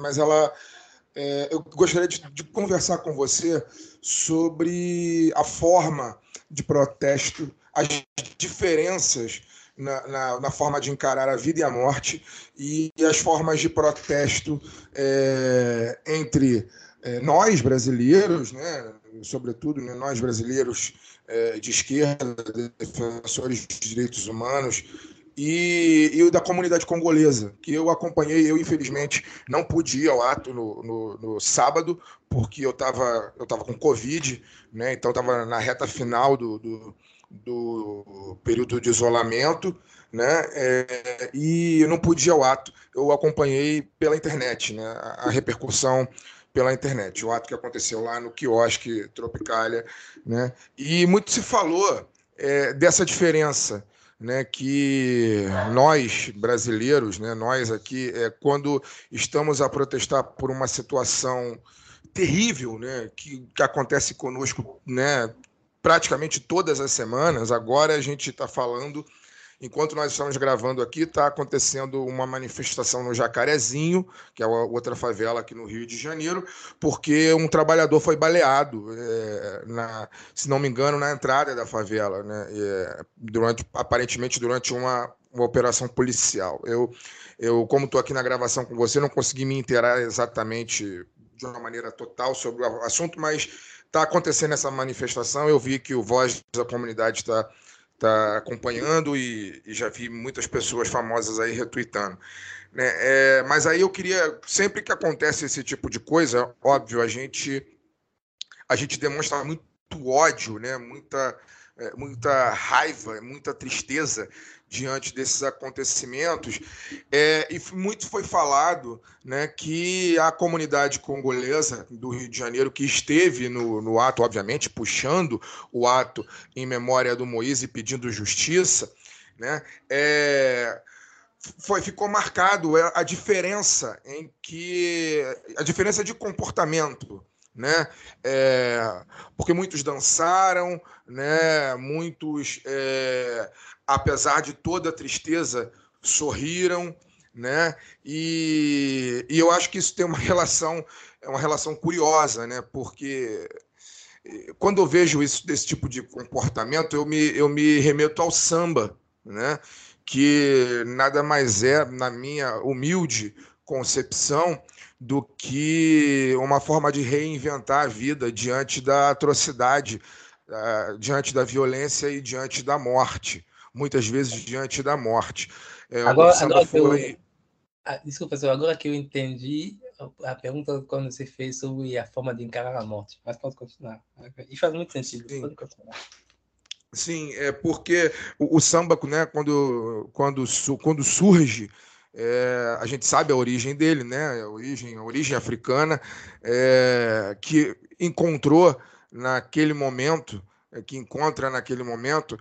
eu gostaria de conversar com você sobre a forma de protesto, as diferenças na forma de encarar a vida e a morte e as formas de protesto entre nós brasileiros, né, sobretudo, né, nós brasileiros de esquerda, defensores dos direitos humanos, e da comunidade congolesa, que eu acompanhei. Eu, infelizmente, não pude ir ao ato no sábado, porque eu estava com Covid, né, então estava na reta final do período de isolamento, né, e eu não pude ir ao ato. Eu acompanhei pela internet, né, a repercussão pela internet, o ato que aconteceu lá no quiosque Tropicália, né? E muito se falou dessa diferença, né, que nós brasileiros, né, nós aqui, quando estamos a protestar por uma situação terrível, né, que acontece conosco, né, praticamente todas as semanas. Agora a gente está falando, enquanto nós estamos gravando aqui, está acontecendo uma manifestação no Jacarezinho, que é outra favela aqui no Rio de Janeiro, porque um trabalhador foi baleado, se não me engano, na entrada da favela, né, aparentemente durante uma operação policial. Eu como estou aqui na gravação com você, não consegui me inteirar exatamente de uma maneira total sobre o assunto, mas está acontecendo essa manifestação. Eu vi que o Voz da Comunidade está acompanhando e já vi muitas pessoas famosas aí retweetando, né? Mas aí eu queria, sempre que acontece esse tipo de coisa, óbvio, a gente demonstra muito ódio, né? Muita raiva, muita tristeza, diante desses acontecimentos, e muito foi falado, né, que a comunidade congolesa do Rio de Janeiro, que esteve no ato, obviamente, puxando o ato em memória do Moise e pedindo justiça, né, ficou marcado a diferença a diferença de comportamento, né? Porque muitos dançaram, né? Muitos, apesar de toda a tristeza, sorriram, né? E eu acho que isso tem uma relação curiosa, né? Porque quando eu vejo desse tipo de comportamento, eu me remeto ao samba, né? Que nada mais é, na minha humilde concepção, do que uma forma de reinventar a vida diante da atrocidade, diante da violência e diante da morte. Muitas vezes diante da morte. O samba foi... Desculpa, senhor, agora que eu entendi a pergunta quando você fez sobre a forma de encarar a morte, mas pode continuar. E faz muito sentido, Sim. Pode continuar. Sim, porque o samba, né, quando surge, a gente sabe a origem dele, né, a origem africana, que encontrou naquele momento, que encontra naquele momento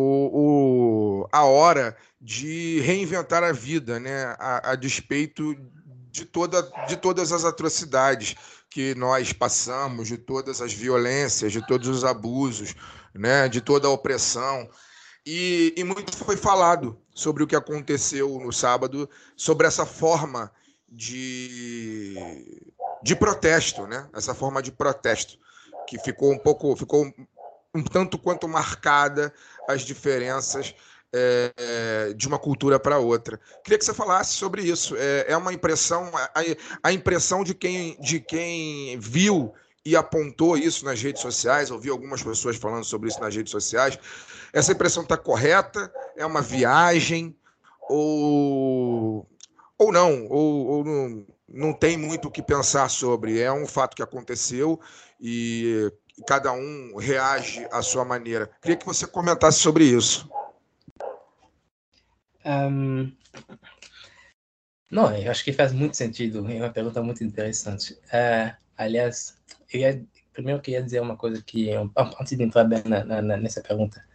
a hora de reinventar a vida, né, a despeito de todas as atrocidades que nós passamos, de todas as violências, de todos os abusos, né, de toda a opressão. E muito foi falado sobre o que aconteceu no sábado, sobre essa forma de protesto, né? Essa forma de protesto que ficou um tanto quanto marcada as diferenças de uma cultura para outra. Queria que você falasse sobre isso. É uma impressão, a impressão de quem viu e apontou isso nas redes sociais, ouvi algumas pessoas falando sobre isso nas redes sociais. Essa impressão está correta? É uma viagem? Ou não? Ou não tem muito o que pensar sobre? É um fato que aconteceu e cada um reage à sua maneira. Queria que você comentasse sobre isso. Não, eu acho que faz muito sentido. É uma pergunta muito interessante. Aliás, primeiro eu queria dizer uma coisa que, antes de entrar bem nessa pergunta.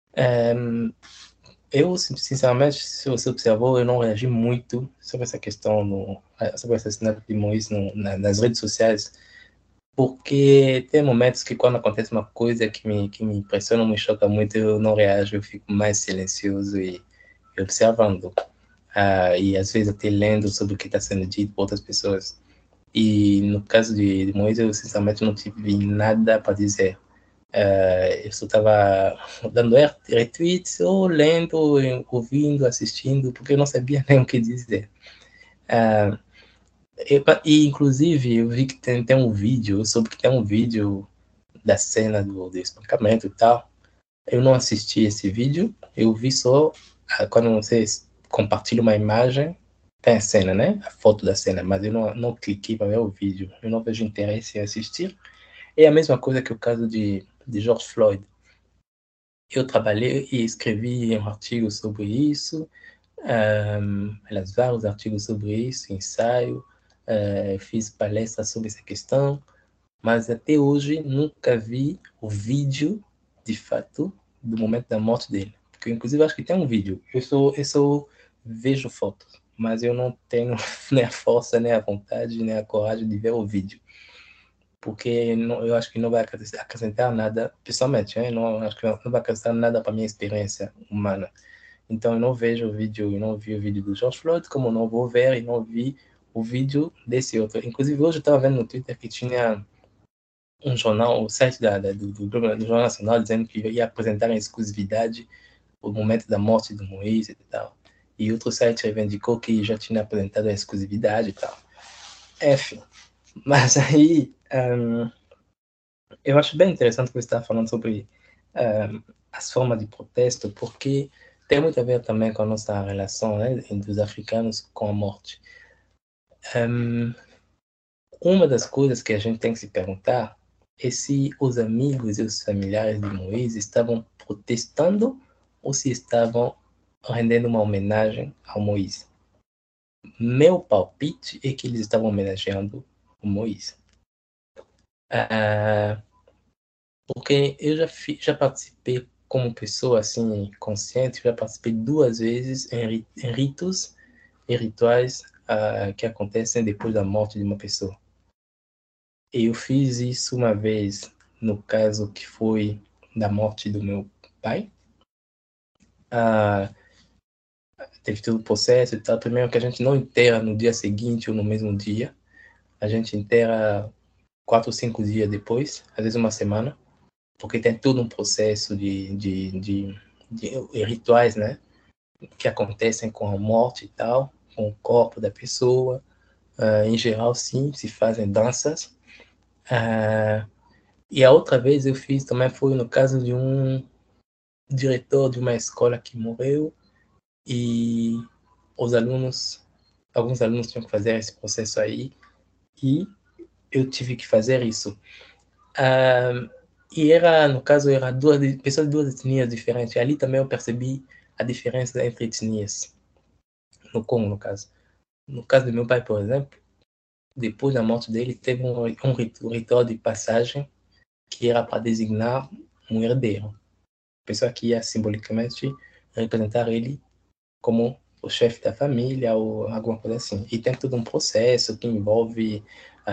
Eu, sinceramente, se você observou, eu não reagi muito sobre essa questão, sobre o assassinato de Moïse nas redes sociais, porque tem momentos que quando acontece uma coisa que me impressiona, me choca muito, eu não reajo, eu fico mais silencioso e observando. E às vezes até lendo sobre o que está sendo dito por outras pessoas. E no caso de Moïse, eu sinceramente não tive nada para dizer. Eu só estava dando retweets, ou lendo, ouvindo, assistindo, porque eu não sabia nem o que dizer. E inclusive eu vi que tem um vídeo, eu soube que tem um vídeo da cena do espancamento e tal. Eu não assisti esse vídeo, eu vi só quando vocês compartilham uma imagem, tem a cena, né? A foto da cena, mas eu não cliquei para ver o vídeo, eu não vejo interesse em assistir. É a mesma coisa que o caso de George Floyd. Eu trabalhei e escrevi um artigo sobre isso, aliás, vários artigos sobre isso, ensaio, fiz palestras sobre essa questão, mas até hoje nunca vi o vídeo, de fato, do momento da morte dele. Porque, inclusive, acho que tem um vídeo. Eu só vejo fotos, mas eu não tenho nem a força, nem a vontade, nem a coragem de ver o vídeo. Porque eu acho que não vai acrescentar nada, pessoalmente, acho que não vai acrescentar nada para a minha experiência humana. Então, eu não vejo o vídeo, eu não vi o vídeo do George Floyd, como não vou ver e não vi o vídeo desse outro. Inclusive, hoje eu estava vendo no Twitter que tinha um jornal, o site do Jornal Nacional, dizendo que ia apresentar em exclusividade o momento da morte do Moïse e tal. E outro site reivindicou que já tinha apresentado a exclusividade e tal. Enfim. Mas aí, eu acho bem interessante que você está falando sobre as formas de protesto, porque tem muito a ver também com a nossa relação, né, dos africanos com a morte. Uma das coisas que a gente tem que se perguntar é se os amigos e os familiares de Moïse estavam protestando ou se estavam rendendo uma homenagem ao Moisés. Meu palpite é que eles estavam homenageando o Moisés. Porque eu já participei como pessoa assim consciente, já participei 2 vezes em ritos e rituais que acontecem depois da morte de uma pessoa. Eu fiz isso uma vez no caso que foi da morte do meu pai. Teve todo o processo e tal. Primeiro que a gente não enterra no dia seguinte ou no mesmo dia. A gente enterra 4 ou 5 dias depois, às vezes uma semana, porque tem todo um processo de rituais, né? Que acontecem com a morte e tal, com o corpo da pessoa. Em geral, sim, se fazem danças. E a outra vez eu fiz também foi no caso de um diretor de uma escola que morreu e alguns alunos tinham que fazer esse processo aí e eu tive que fazer isso. E no caso, era pessoas de 2 etnias diferentes. Ali também eu percebi a diferença entre etnias, no Congo, no caso. No caso do meu pai, por exemplo, depois da morte dele, teve um ritual de passagem que era para designar um herdeiro. Pessoa que ia simbolicamente representar ele como o chefe da família ou alguma coisa assim. E tem todo um processo que envolve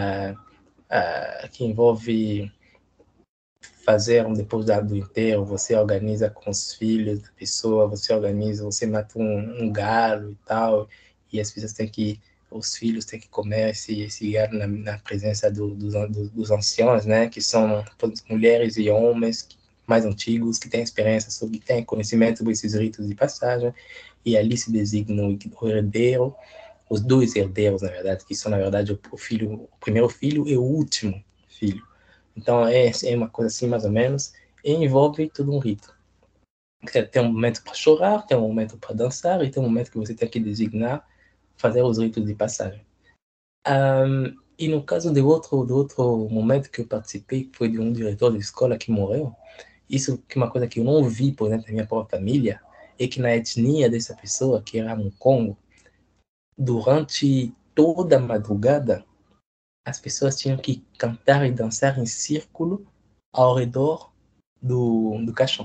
fazer depois do enterro, você organiza com os filhos da pessoa, você mata um galo e tal, e as pessoas os filhos têm que comer esse galo na presença dos anciãos, né, que são mulheres e homens mais antigos, que têm experiência têm conhecimento sobre esses ritos de passagem, e ali se designa o herdeiro, os 2 herdeiros, na verdade, que são, na verdade, o primeiro filho e o último filho. Então, é uma coisa assim, mais ou menos, e envolve todo um rito. Tem um momento para chorar, tem um momento para dançar, e tem um momento que você tem que designar, fazer os ritos de passagem. E no caso do outro momento que eu participei, que foi de um diretor de escola que morreu, isso que é uma coisa que eu não vi, por exemplo, na minha própria família, é que na etnia dessa pessoa, que era no Congo, durante toda a madrugada, as pessoas tinham que cantar e dançar em círculo ao redor do caixão.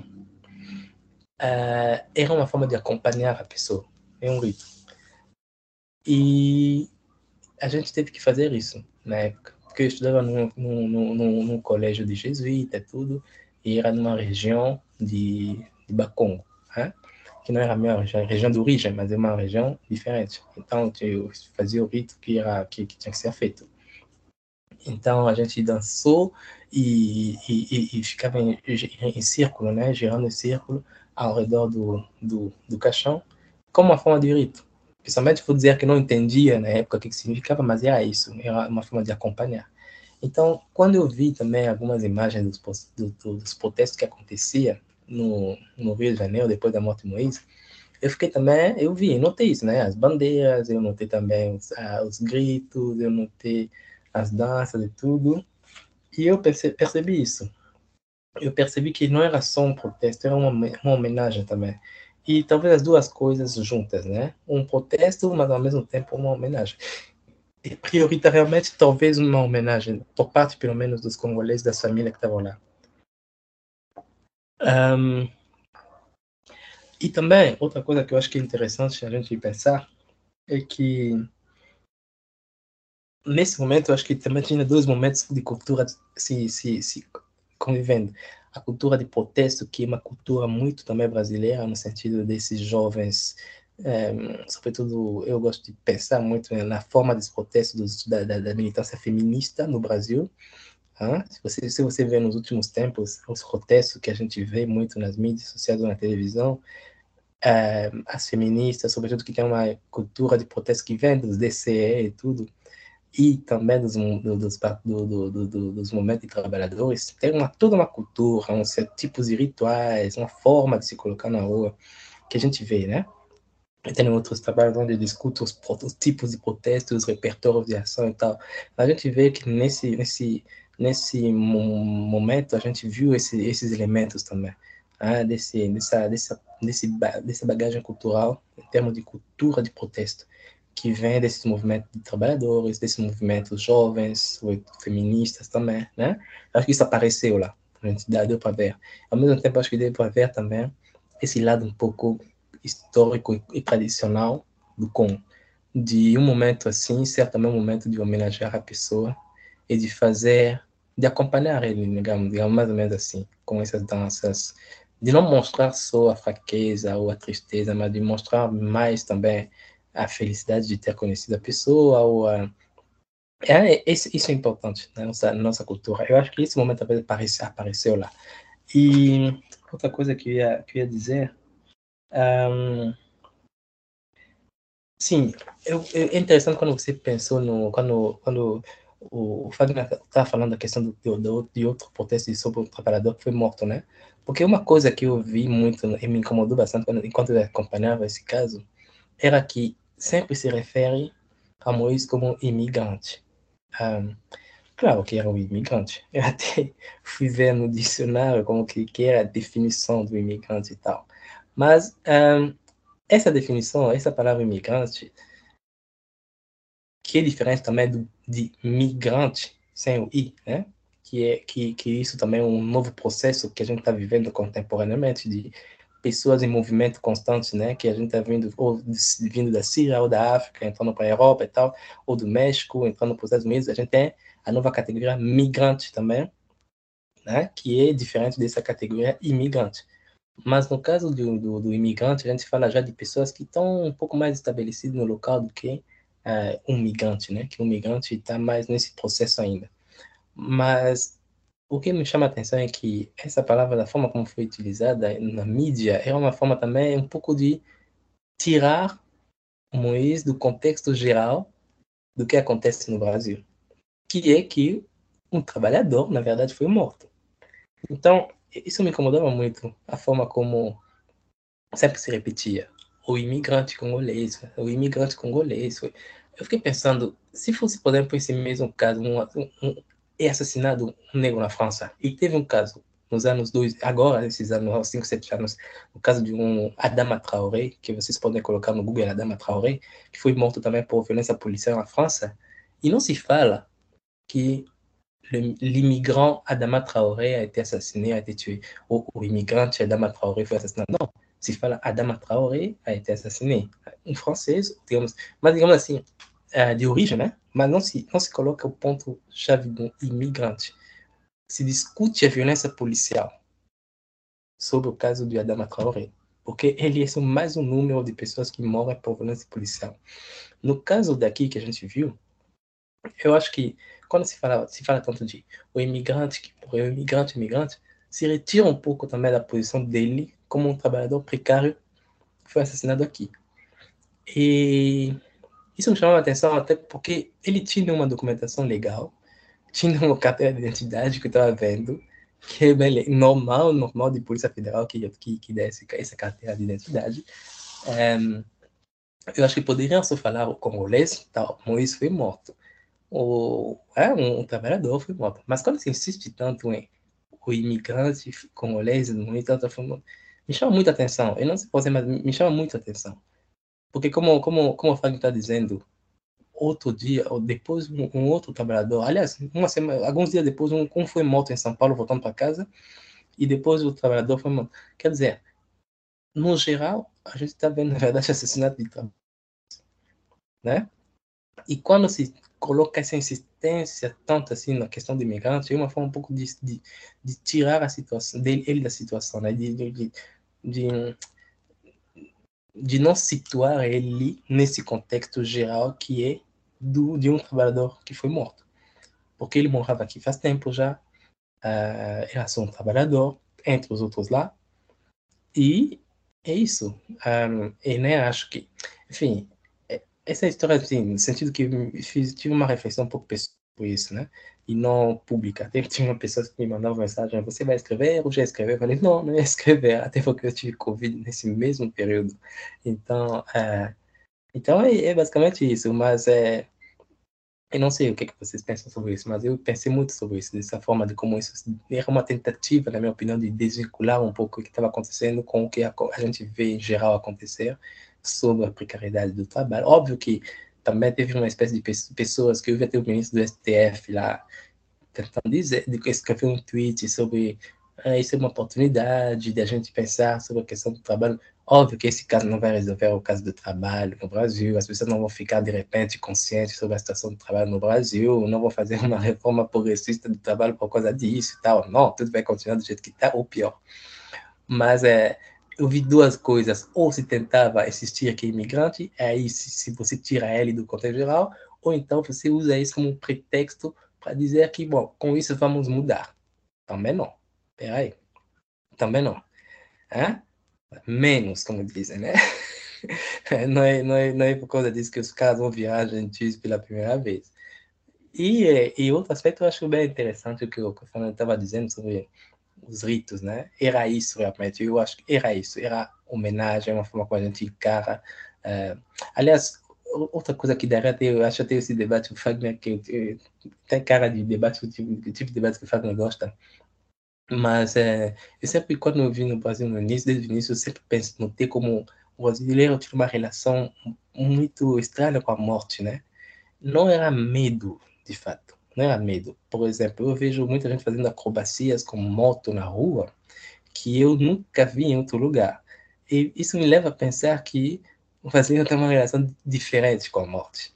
Era uma forma de acompanhar a pessoa, é um rito. E a gente teve que fazer isso na época, porque eu estudava num colégio de jesuíta, tudo, e era numa região de Bakongo, né? Que não era a minha região de origem, mas é uma região diferente. Então, eu fazia o rito que tinha que ser feito. Então, a gente dançou e ficava em círculo, né? Girando em círculo ao redor do caixão, como uma forma de rito. Principalmente, vou dizer que não entendia na época o que significava, mas era isso, era uma forma de acompanhar. Então, quando eu vi também algumas imagens dos protestos que acontecia no Rio de Janeiro, depois da morte de Moisés, eu notei isso, né? As bandeiras, eu notei também os gritos, eu notei as danças e tudo, e eu percebi isso. Eu percebi que não era só um protesto, era uma homenagem também. E talvez as 2 coisas juntas, né? Um protesto, mas ao mesmo tempo uma homenagem. E prioritariamente, talvez uma homenagem, por parte, pelo menos, dos congoleses, das famílias que estavam lá. E também, outra coisa que eu acho que é interessante a gente pensar é que, nesse momento, eu acho que também tinha 2 momentos de cultura se convivendo. A cultura de protesto, que é uma cultura muito também brasileira, no sentido desses jovens, sobretudo, eu gosto de pensar muito na forma desse protesto da militância feminista no Brasil. Se você vê nos últimos tempos, os protestos que a gente vê muito nas mídias sociais ou na televisão, as feministas, sobretudo, que tem uma cultura de protesto que vem dos DCE e tudo, e também dos movimentos de trabalhadores, tem toda uma cultura, tipos de rituais, uma forma de se colocar na rua, que a gente vê, né? Tem outros trabalhos onde discute os tipos de protestos, os repertórios de ação e tal. A gente vê que nesse momento a gente viu esses elementos também. dessa bagagem cultural, em termos de cultura de protesto, que vem desses movimentos de trabalhadores, desses movimentos jovens, feministas também, né? Acho que isso apareceu lá, a gente deu para ver. Ao mesmo tempo, acho que deu para ver também esse lado um pouco histórico e tradicional do Congo, de um momento assim ser também um momento de homenagear a pessoa e de acompanhar ele, digamos mais ou menos assim, com essas danças, de não mostrar só a fraqueza ou a tristeza, mas de mostrar mais também a felicidade de ter conhecido a pessoa, ou isso é importante na nossa cultura. Eu acho que esse momento apareceu lá. E outra coisa que eu ia dizer, sim, é interessante quando você pensou quando o Fagner estava falando da questão de outro protesto sobre o trabalhador que foi morto, né? Porque uma coisa que eu vi muito e me incomodou bastante enquanto eu acompanhava esse caso, era que sempre se refere a Moisés como imigrante. Claro que era um imigrante. Eu até fui ver no dicionário como que era a definição do imigrante e tal. Mas essa definição, essa palavra imigrante, que é diferente também de migrante, sem o i, né? Que isso também é um novo processo que a gente está vivendo contemporaneamente, de pessoas em movimento constante, né? Que a gente está vindo, ou vindo da Síria ou da África, entrando para a Europa e tal, ou do México, entrando para os Estados Unidos. A gente tem a nova categoria migrante também, né? Que é diferente dessa categoria imigrante. Mas no caso do imigrante, a gente fala já de pessoas que estão um pouco mais estabelecidas no local do que um migrante, né? Que um migrante está mais nesse processo ainda. Mas o que me chama a atenção é que essa palavra, da forma como foi utilizada na mídia, é uma forma também um pouco de tirar Moisés do contexto geral do que acontece no Brasil, que é que um trabalhador, na verdade, foi morto. Então, isso me incomodava muito, a forma como sempre se repetia. O imigrante congolês, o imigrante congolês. Eu fiquei pensando, se fosse, por exemplo, esse mesmo caso, é assassinado um negro na França, e teve um caso nos anos 2, agora, esses anos, 5, 7 anos, o caso de um Adama Traoré, que vocês podem colocar no Google, Adama Traoré, que foi morto também por violência policial na França, e não se fala que l'immigrant Adama Traoré a été assassiné, a été tué, ou l'immigrante Adama Traoré foi assassinado. Não, se fala Adama Traoré a été assassiné. Em francês, mas digamos assim, de origem, né? Mas não se coloca o ponto-chave do imigrante. Se discute a violência policial sobre o caso de Adama Traoré, porque ele é mais um número de pessoas que morrem por violência policial. No caso daqui que a gente viu, eu acho que quando se fala tanto de o imigrante que morreu, imigrante, se retira um pouco também da posição dele como um trabalhador precário que foi assassinado aqui. E isso me chamou a atenção até porque ele tinha uma documentação legal, tinha uma carteira de identidade que eu estava vendo, que é normal de Polícia Federal que dê essa carteira de identidade. Eu acho que poderiam só falar o congolês, tal, Moisés foi morto. Um trabalhador foi morto. Mas quando se insiste tanto em o imigrante congolês, no entanto, me chama muita atenção. Eu não sei porquê, mas me chama muita atenção. Porque como o Fábio está dizendo, outro dia, ou depois um outro trabalhador, aliás, uma semana, alguns dias depois, um foi morto em São Paulo, voltando para casa, e depois o trabalhador foi morto. Quer dizer, no geral, a gente está vendo, na verdade, assassinato de trabalho, né? E quando se coloca essa insistência tanto assim na questão do imigrante, é uma forma um pouco de tirar a situação ele da situação, né? De não situar ele nesse contexto geral que é de um trabalhador que foi morto. Porque ele morava aqui faz tempo já, era só um trabalhador, entre os outros lá, e é isso. E né, acho que, enfim, essa história, assim, no sentido que tive uma reflexão um pouco pessoal por isso, né? E não pública. Tinha uma pessoa que me mandava mensagem: você vai escrever ou já escreveu? Eu falei: não ia escrever, até porque eu tive Covid nesse mesmo período. Então, é basicamente isso. Mas Eu não sei o que vocês pensam sobre isso, mas eu pensei muito sobre isso, dessa forma de como isso era uma tentativa, na minha opinião, de desvincular um pouco o que estava acontecendo com o que a gente vê em geral acontecer sobre a precariedade do trabalho. Óbvio que também teve uma espécie de pessoas que eu vi até o ministro do STF lá tentando dizer, escrever um tweet sobre isso é uma oportunidade de a gente pensar sobre a questão do trabalho. Óbvio que esse caso não vai resolver o caso do trabalho no Brasil, as pessoas não vão ficar de repente conscientes sobre a situação do trabalho no Brasil, não vão fazer uma reforma progressista do trabalho por causa disso e tal. Não, tudo vai continuar do jeito que está, ou pior. Mas eu vi duas coisas: ou se tentava existir aqui imigrante, aí se você tira ele do contexto geral, ou então você usa isso como um pretexto para dizer que, bom, com isso vamos mudar. Também não. Peraí. Também não. Hã? Menos, como dizem, né? Não é por causa disso que os caras vão viajar gentis pela primeira vez. E outro aspecto eu acho bem interessante o que o Fernando estava dizendo sobre os ritos, né? Era isso realmente, eu acho que era isso, era homenagem, uma forma como a gente encara. Aliás, outra coisa que daria, eu acho até esse debate, o Fagner, que tem cara de debate, o tipo de debate que o Fagner gosta, mas eu sempre, quando eu vim no Brasil no início, desde o início, eu sempre notei como o brasileiro tinha uma relação muito estranha com a morte, né? Não era medo, de fato, não era medo. Por exemplo, eu vejo muita gente fazendo acrobacias com moto na rua, que eu nunca vi em outro lugar. E isso me leva a pensar que o brasileiro tem uma relação diferente com a morte,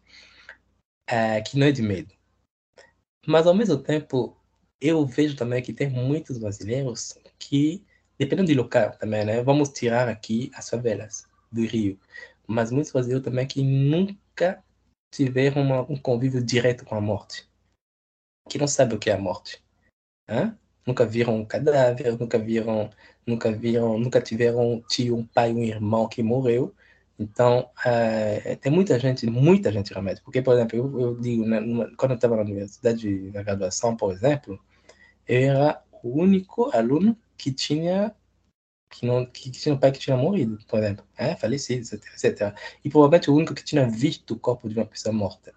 que não é de medo. Mas, ao mesmo tempo, eu vejo também que tem muitos brasileiros que, dependendo do local também, né? Vamos tirar aqui as favelas do Rio. Mas muitos brasileiros também que nunca tiveram um convívio direto com a morte. Que não sabem o que é a morte. Hã? Nunca viram um cadáver, nunca tiveram um tio, um pai, um irmão que morreu. Então, tem muita gente realmente. Porque, por exemplo, eu digo, quando eu estava na universidade, na graduação, por exemplo, eu era o único aluno que tinha um pai que tinha morrido, por exemplo, falecido, etc. E provavelmente o único que tinha visto o corpo de uma pessoa morta.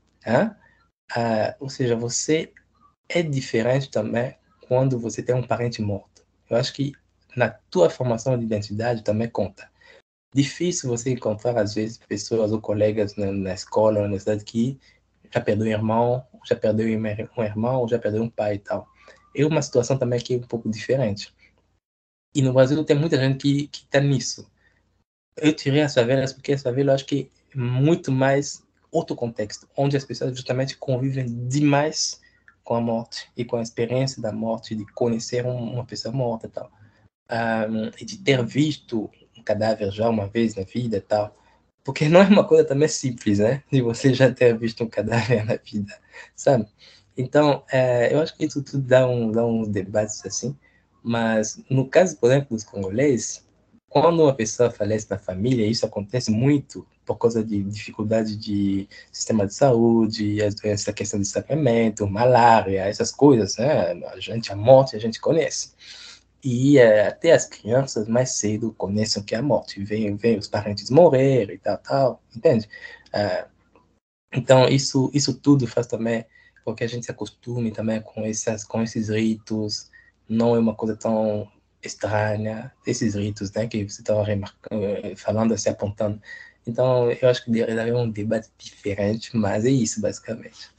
Ou seja, você é diferente também quando você tem um parente morto. Eu acho que na tua formação de identidade também conta. Difícil você encontrar, às vezes, pessoas ou colegas na escola, na universidade, que já perdeu um irmão, já perdeu um irmão, já perdeu um pai e tal. É uma situação também que é um pouco diferente. E no Brasil tem muita gente que está nisso. Eu tirei as favelas porque as favelas eu acho que é muito mais outro contexto, onde as pessoas justamente convivem demais com a morte e com a experiência da morte, de conhecer uma pessoa morta e tal. E de ter visto um cadáver já uma vez na vida e tal. Porque não é uma coisa também simples, né? De você já ter visto um cadáver na vida, sabe? Então, eu acho que isso tudo dá uns debates assim. Mas, no caso, por exemplo, dos congoleses, quando uma pessoa falece na família, isso acontece muito por causa de dificuldade de sistema de saúde, as doenças, a questão de sangramento, malária, essas coisas, né? A morte a gente conhece. E até as crianças mais cedo conhecem o que é a morte, vem os parentes morrer e tal, entende? Então, isso tudo faz também com que a gente se acostume também com esses ritos, não é uma coisa tão estranha, esses ritos, né, que você estava falando, assim, apontando. Então, eu acho que deveria haver um debate diferente, mas é isso, basicamente.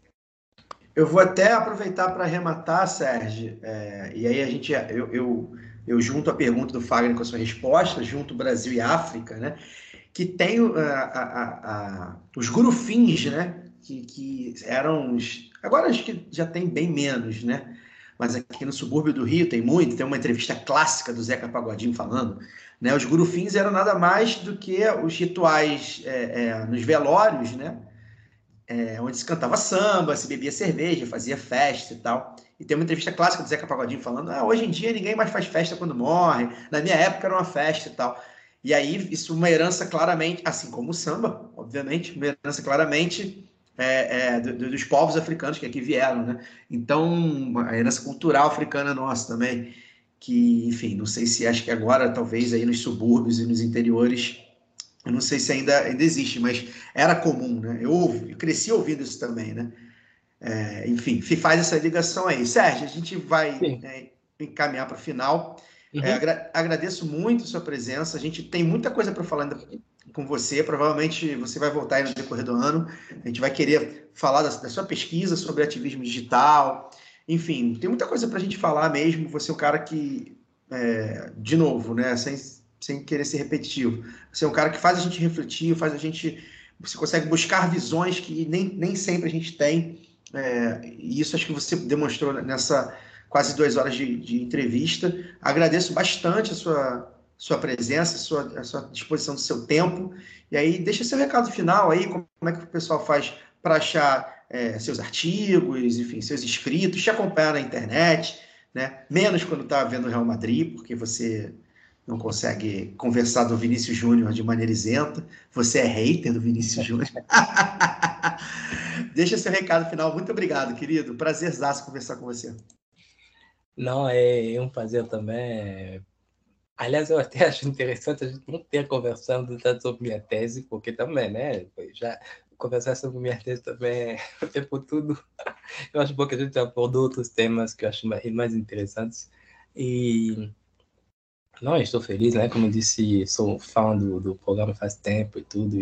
Eu vou até aproveitar para arrematar, Sérgio, e aí eu junto a pergunta do Fagner com a sua resposta, junto Brasil e África, né, que tem os gurufins, né, que eram agora acho que já tem bem menos, né, mas aqui no subúrbio do Rio tem muito, tem uma entrevista clássica do Zeca Pagodinho falando, né, os gurufins eram nada mais do que os rituais nos velórios, né, onde se cantava samba, se bebia cerveja, fazia festa e tal. E tem uma entrevista clássica do Zeca Pagodinho falando: hoje em dia ninguém mais faz festa quando morre, na minha época era uma festa e tal. E aí, isso é uma herança claramente, assim como o samba, obviamente, uma herança claramente dos povos africanos que aqui vieram, né? Então, a herança cultural africana nossa também, que, enfim, não sei se acho que agora, talvez aí nos subúrbios e nos interiores, Eu não sei se ainda existe, mas era comum, né? Eu cresci ouvindo isso também, né? Enfim, faz essa ligação aí. Sérgio, a gente vai Sim. Encaminhar para o final. Uhum. Agradeço muito a sua presença. A gente tem muita coisa para falar ainda com você. Provavelmente você vai voltar aí no decorrer do ano. A gente vai querer falar da sua pesquisa sobre ativismo digital. Enfim, tem muita coisa para a gente falar mesmo. Você é um cara que, de novo, né, sem querer ser repetitivo, você é um cara que faz a gente refletir, você consegue buscar visões que nem sempre a gente tem. E isso acho que você demonstrou nessa quase 2 horas de entrevista. Agradeço bastante a sua presença, a sua disposição do seu tempo. E aí, deixa seu recado final aí, como é que o pessoal faz para achar seus artigos, enfim, seus inscritos, te acompanhar na internet, né? Menos quando está vendo o Real Madrid, porque você não consegue conversar do Vinícius Júnior de maneira isenta. Você é hater do Vinícius Júnior. Deixa seu recado final. Muito obrigado, querido. Prazerzaço conversar com você. Não, é um prazer também. Aliás, eu até acho interessante a gente não ter conversando tanto sobre minha tese, porque também, né? Já conversar sobre minha tese também o tempo todo. Eu acho bom que a gente abordou outros temas que eu acho mais interessantes. E não, eu estou feliz, né? Como eu disse, sou fã do programa faz tempo e tudo,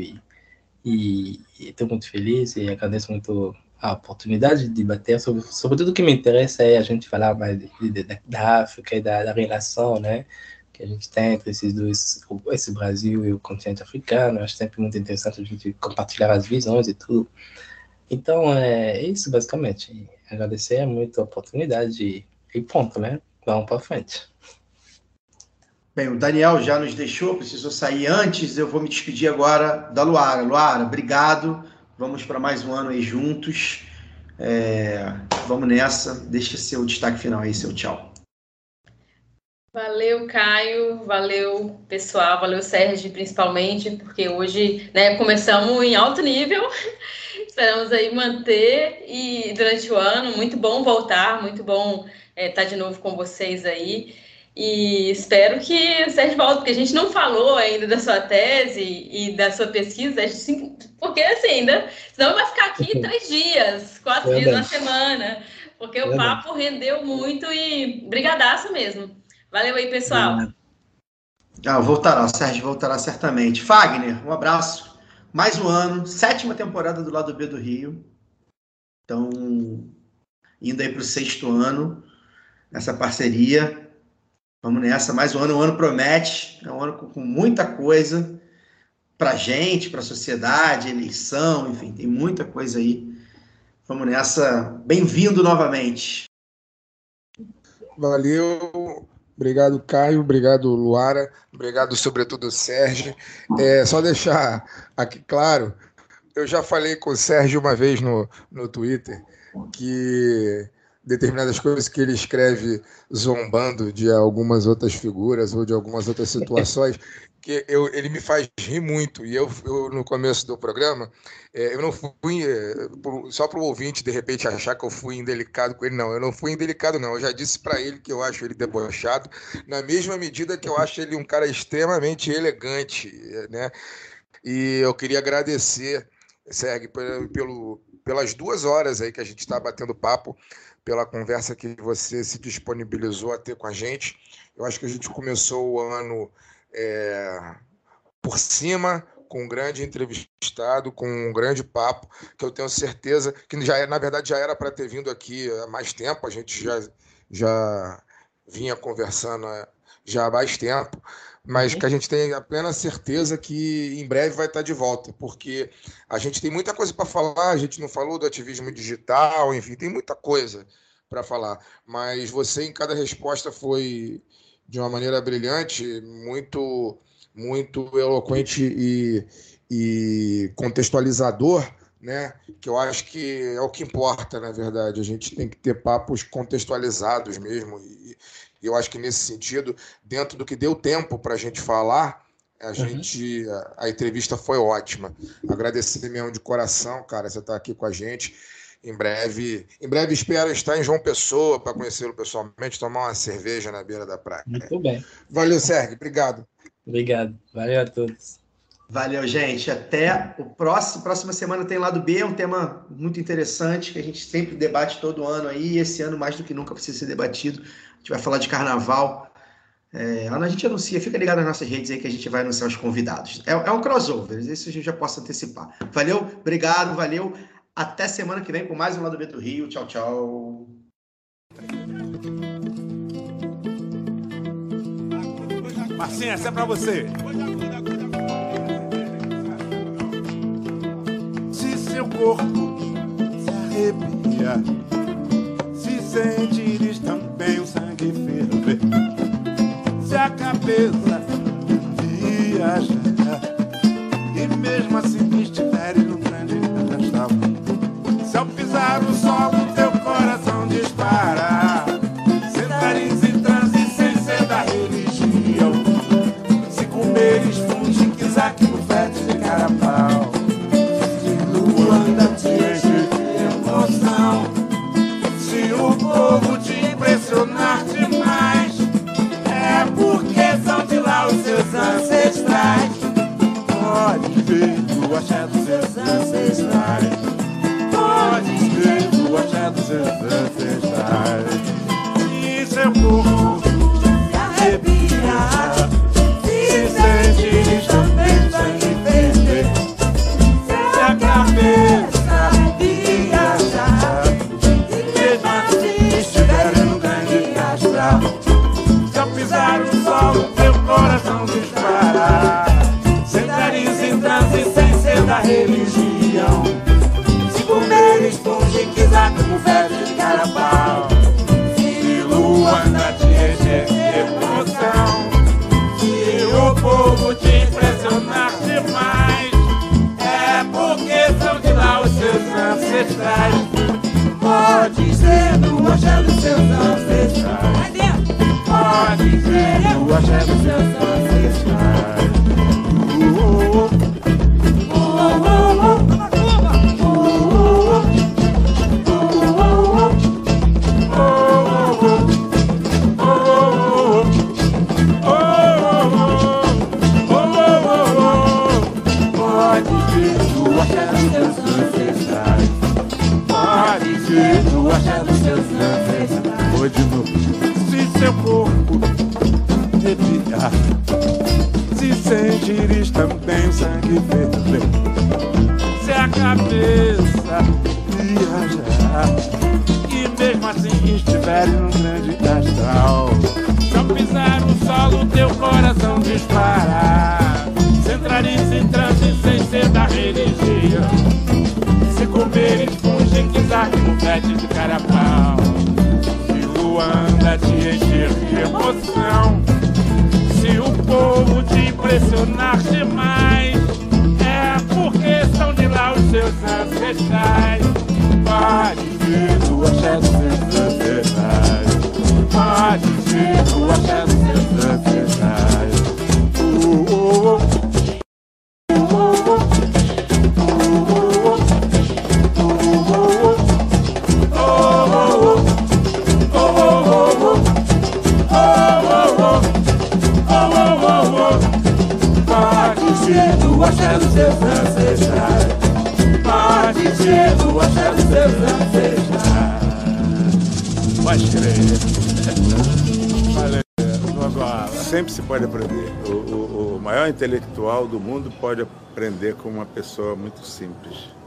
e estou muito feliz e agradeço muito a oportunidade de debater sobre tudo que me interessa é a gente falar mais da África e da relação, né, que a gente tem entre esse Brasil e o continente africano. Eu acho sempre muito interessante a gente compartilhar as visões e tudo. Então, é isso, basicamente. Agradecer muito a oportunidade e ponto, né? Vamos para frente. Bem, o Daniel já nos deixou, precisou sair antes. Eu vou me despedir agora da Luara. Luara, obrigado. Vamos para mais um ano aí juntos. Vamos nessa. Deixa seu destaque final aí, seu tchau. Valeu, Caio. Valeu, pessoal. Valeu, Sérgio, principalmente, porque hoje, né, começamos em alto nível. Esperamos aí manter e durante o ano. Muito bom voltar, muito bom estar de novo com vocês aí. E espero que o Sérgio volte, porque a gente não falou ainda da sua tese e da sua pesquisa, porque assim, ainda, senão vai ficar aqui 3 dias, 4 dias na semana, porque o papo rendeu muito e brigadaço mesmo. Valeu aí, pessoal. Voltará, Sérgio voltará certamente. Fagner, um abraço. Mais um ano, 7ª temporada do Lado B do Rio. Então, indo aí para o 6º ano, nessa parceria. Vamos nessa, mais um ano. O ano promete, é um ano com muita coisa para a gente, para a sociedade, eleição, enfim, tem muita coisa aí. Vamos nessa. Bem-vindo novamente. Valeu. Obrigado, Caio. Obrigado, Luara. Obrigado, sobretudo, Sérgio. Só deixar aqui claro, eu já falei com o Sérgio uma vez no Twitter que determinadas coisas que ele escreve zombando de algumas outras figuras ou de algumas outras situações, que ele me faz rir muito. E eu no começo do programa, eu não fui, só para o ouvinte de repente achar que eu fui indelicado com ele, não. Eu não fui indelicado, não. Eu já disse para ele que eu acho ele debochado, na mesma medida que eu acho ele um cara extremamente elegante, né? E eu queria agradecer, Sérgio, pelas 2 horas aí que a gente está batendo papo, pela conversa que você se disponibilizou a ter com a gente. Eu acho que a gente começou o ano por cima, com um grande entrevistado, com um grande papo, que eu tenho certeza que, na verdade, já era para ter vindo aqui há mais tempo. A gente já vinha conversando já há mais tempo, mas que a gente tem a plena certeza que em breve vai estar de volta, porque a gente tem muita coisa para falar. A gente não falou do ativismo digital, enfim, tem muita coisa para falar, mas você em cada resposta foi de uma maneira brilhante, muito eloquente e contextualizador, né? Que eu acho que é o que importa, na verdade. A gente tem que ter papos contextualizados mesmo, e eu acho que nesse sentido, dentro do que deu tempo para a gente falar, a entrevista foi ótima. Agradecer mesmo de coração, cara, você está aqui com a gente. Em breve espero estar em João Pessoa para conhecê-lo pessoalmente, tomar uma cerveja na beira da praia. Muito bem. Valeu, Sérgio. Obrigado. Obrigado. Valeu a todos. Valeu, gente. Até o próxima semana tem Lado B, é um tema muito interessante que a gente sempre debate todo ano aí, e esse ano mais do que nunca precisa ser debatido. A gente vai falar de carnaval. A gente anuncia, fica ligado nas nossas redes aí que a gente vai anunciar os convidados. É um crossover, isso a gente já posso antecipar. Valeu, obrigado, valeu. Até semana que vem com mais um Lado B do Rio. Tchau, tchau. Marcinha, essa é pra você. Se seu corpo se arrepia, se sentires também o sangue ferver, se a cabeça viajar e mesmo assim estiveres num grande pedestal, se ao pisar o solo teu coração disparar, sentares em transe sem ser da religião, se comeres funge quizaque no fete de carapau, se Luanda te enche de emoção, se o povo te impressionar demais, é porque são de lá os seus ancestrais. Pode ver o axé dos seus ancestrais. Pode ver o axé dos seus ancestrais. E seu corpo se arrepia, se sente também sangue ferver, se a cabeça viajar e mesmo assim estiver no grande astral, se ao pisar o solo teu coração disparar, sentares em transe sem ser da religião, se comeres funge quiser como fete de carapau, se Luanda te encher de emoção, se o povo te impressionar demais, é porque são de lá os seus ancestrais. Pode ser do axé dos seus ancestrais. Pode ser do axé dos seus ancestrais. Se seu corpo arrepiar, se sentires também o sangue ferver, se a cabeça viajar e mesmo assim estiveres num grande astral, se ao pisar o solo teu coração disparar, se entrares em transe sem ser da religião, se comeres funge quizaque no fete de carapau, se Luanda te encher de emoção, se o povo te impressionar demais, é porque são de lá os seus ancestrais. Pode ser do axé dos seus ancestrais. Pode ser do axé dos seus ancestrais. Pode ser do axé dos seus ancestrais. Pode ser do axé dos seus ancestrais. Pode crer. Valeu, agora. Sempre se pode aprender. O maior intelectual do mundo pode aprender com uma pessoa muito simples.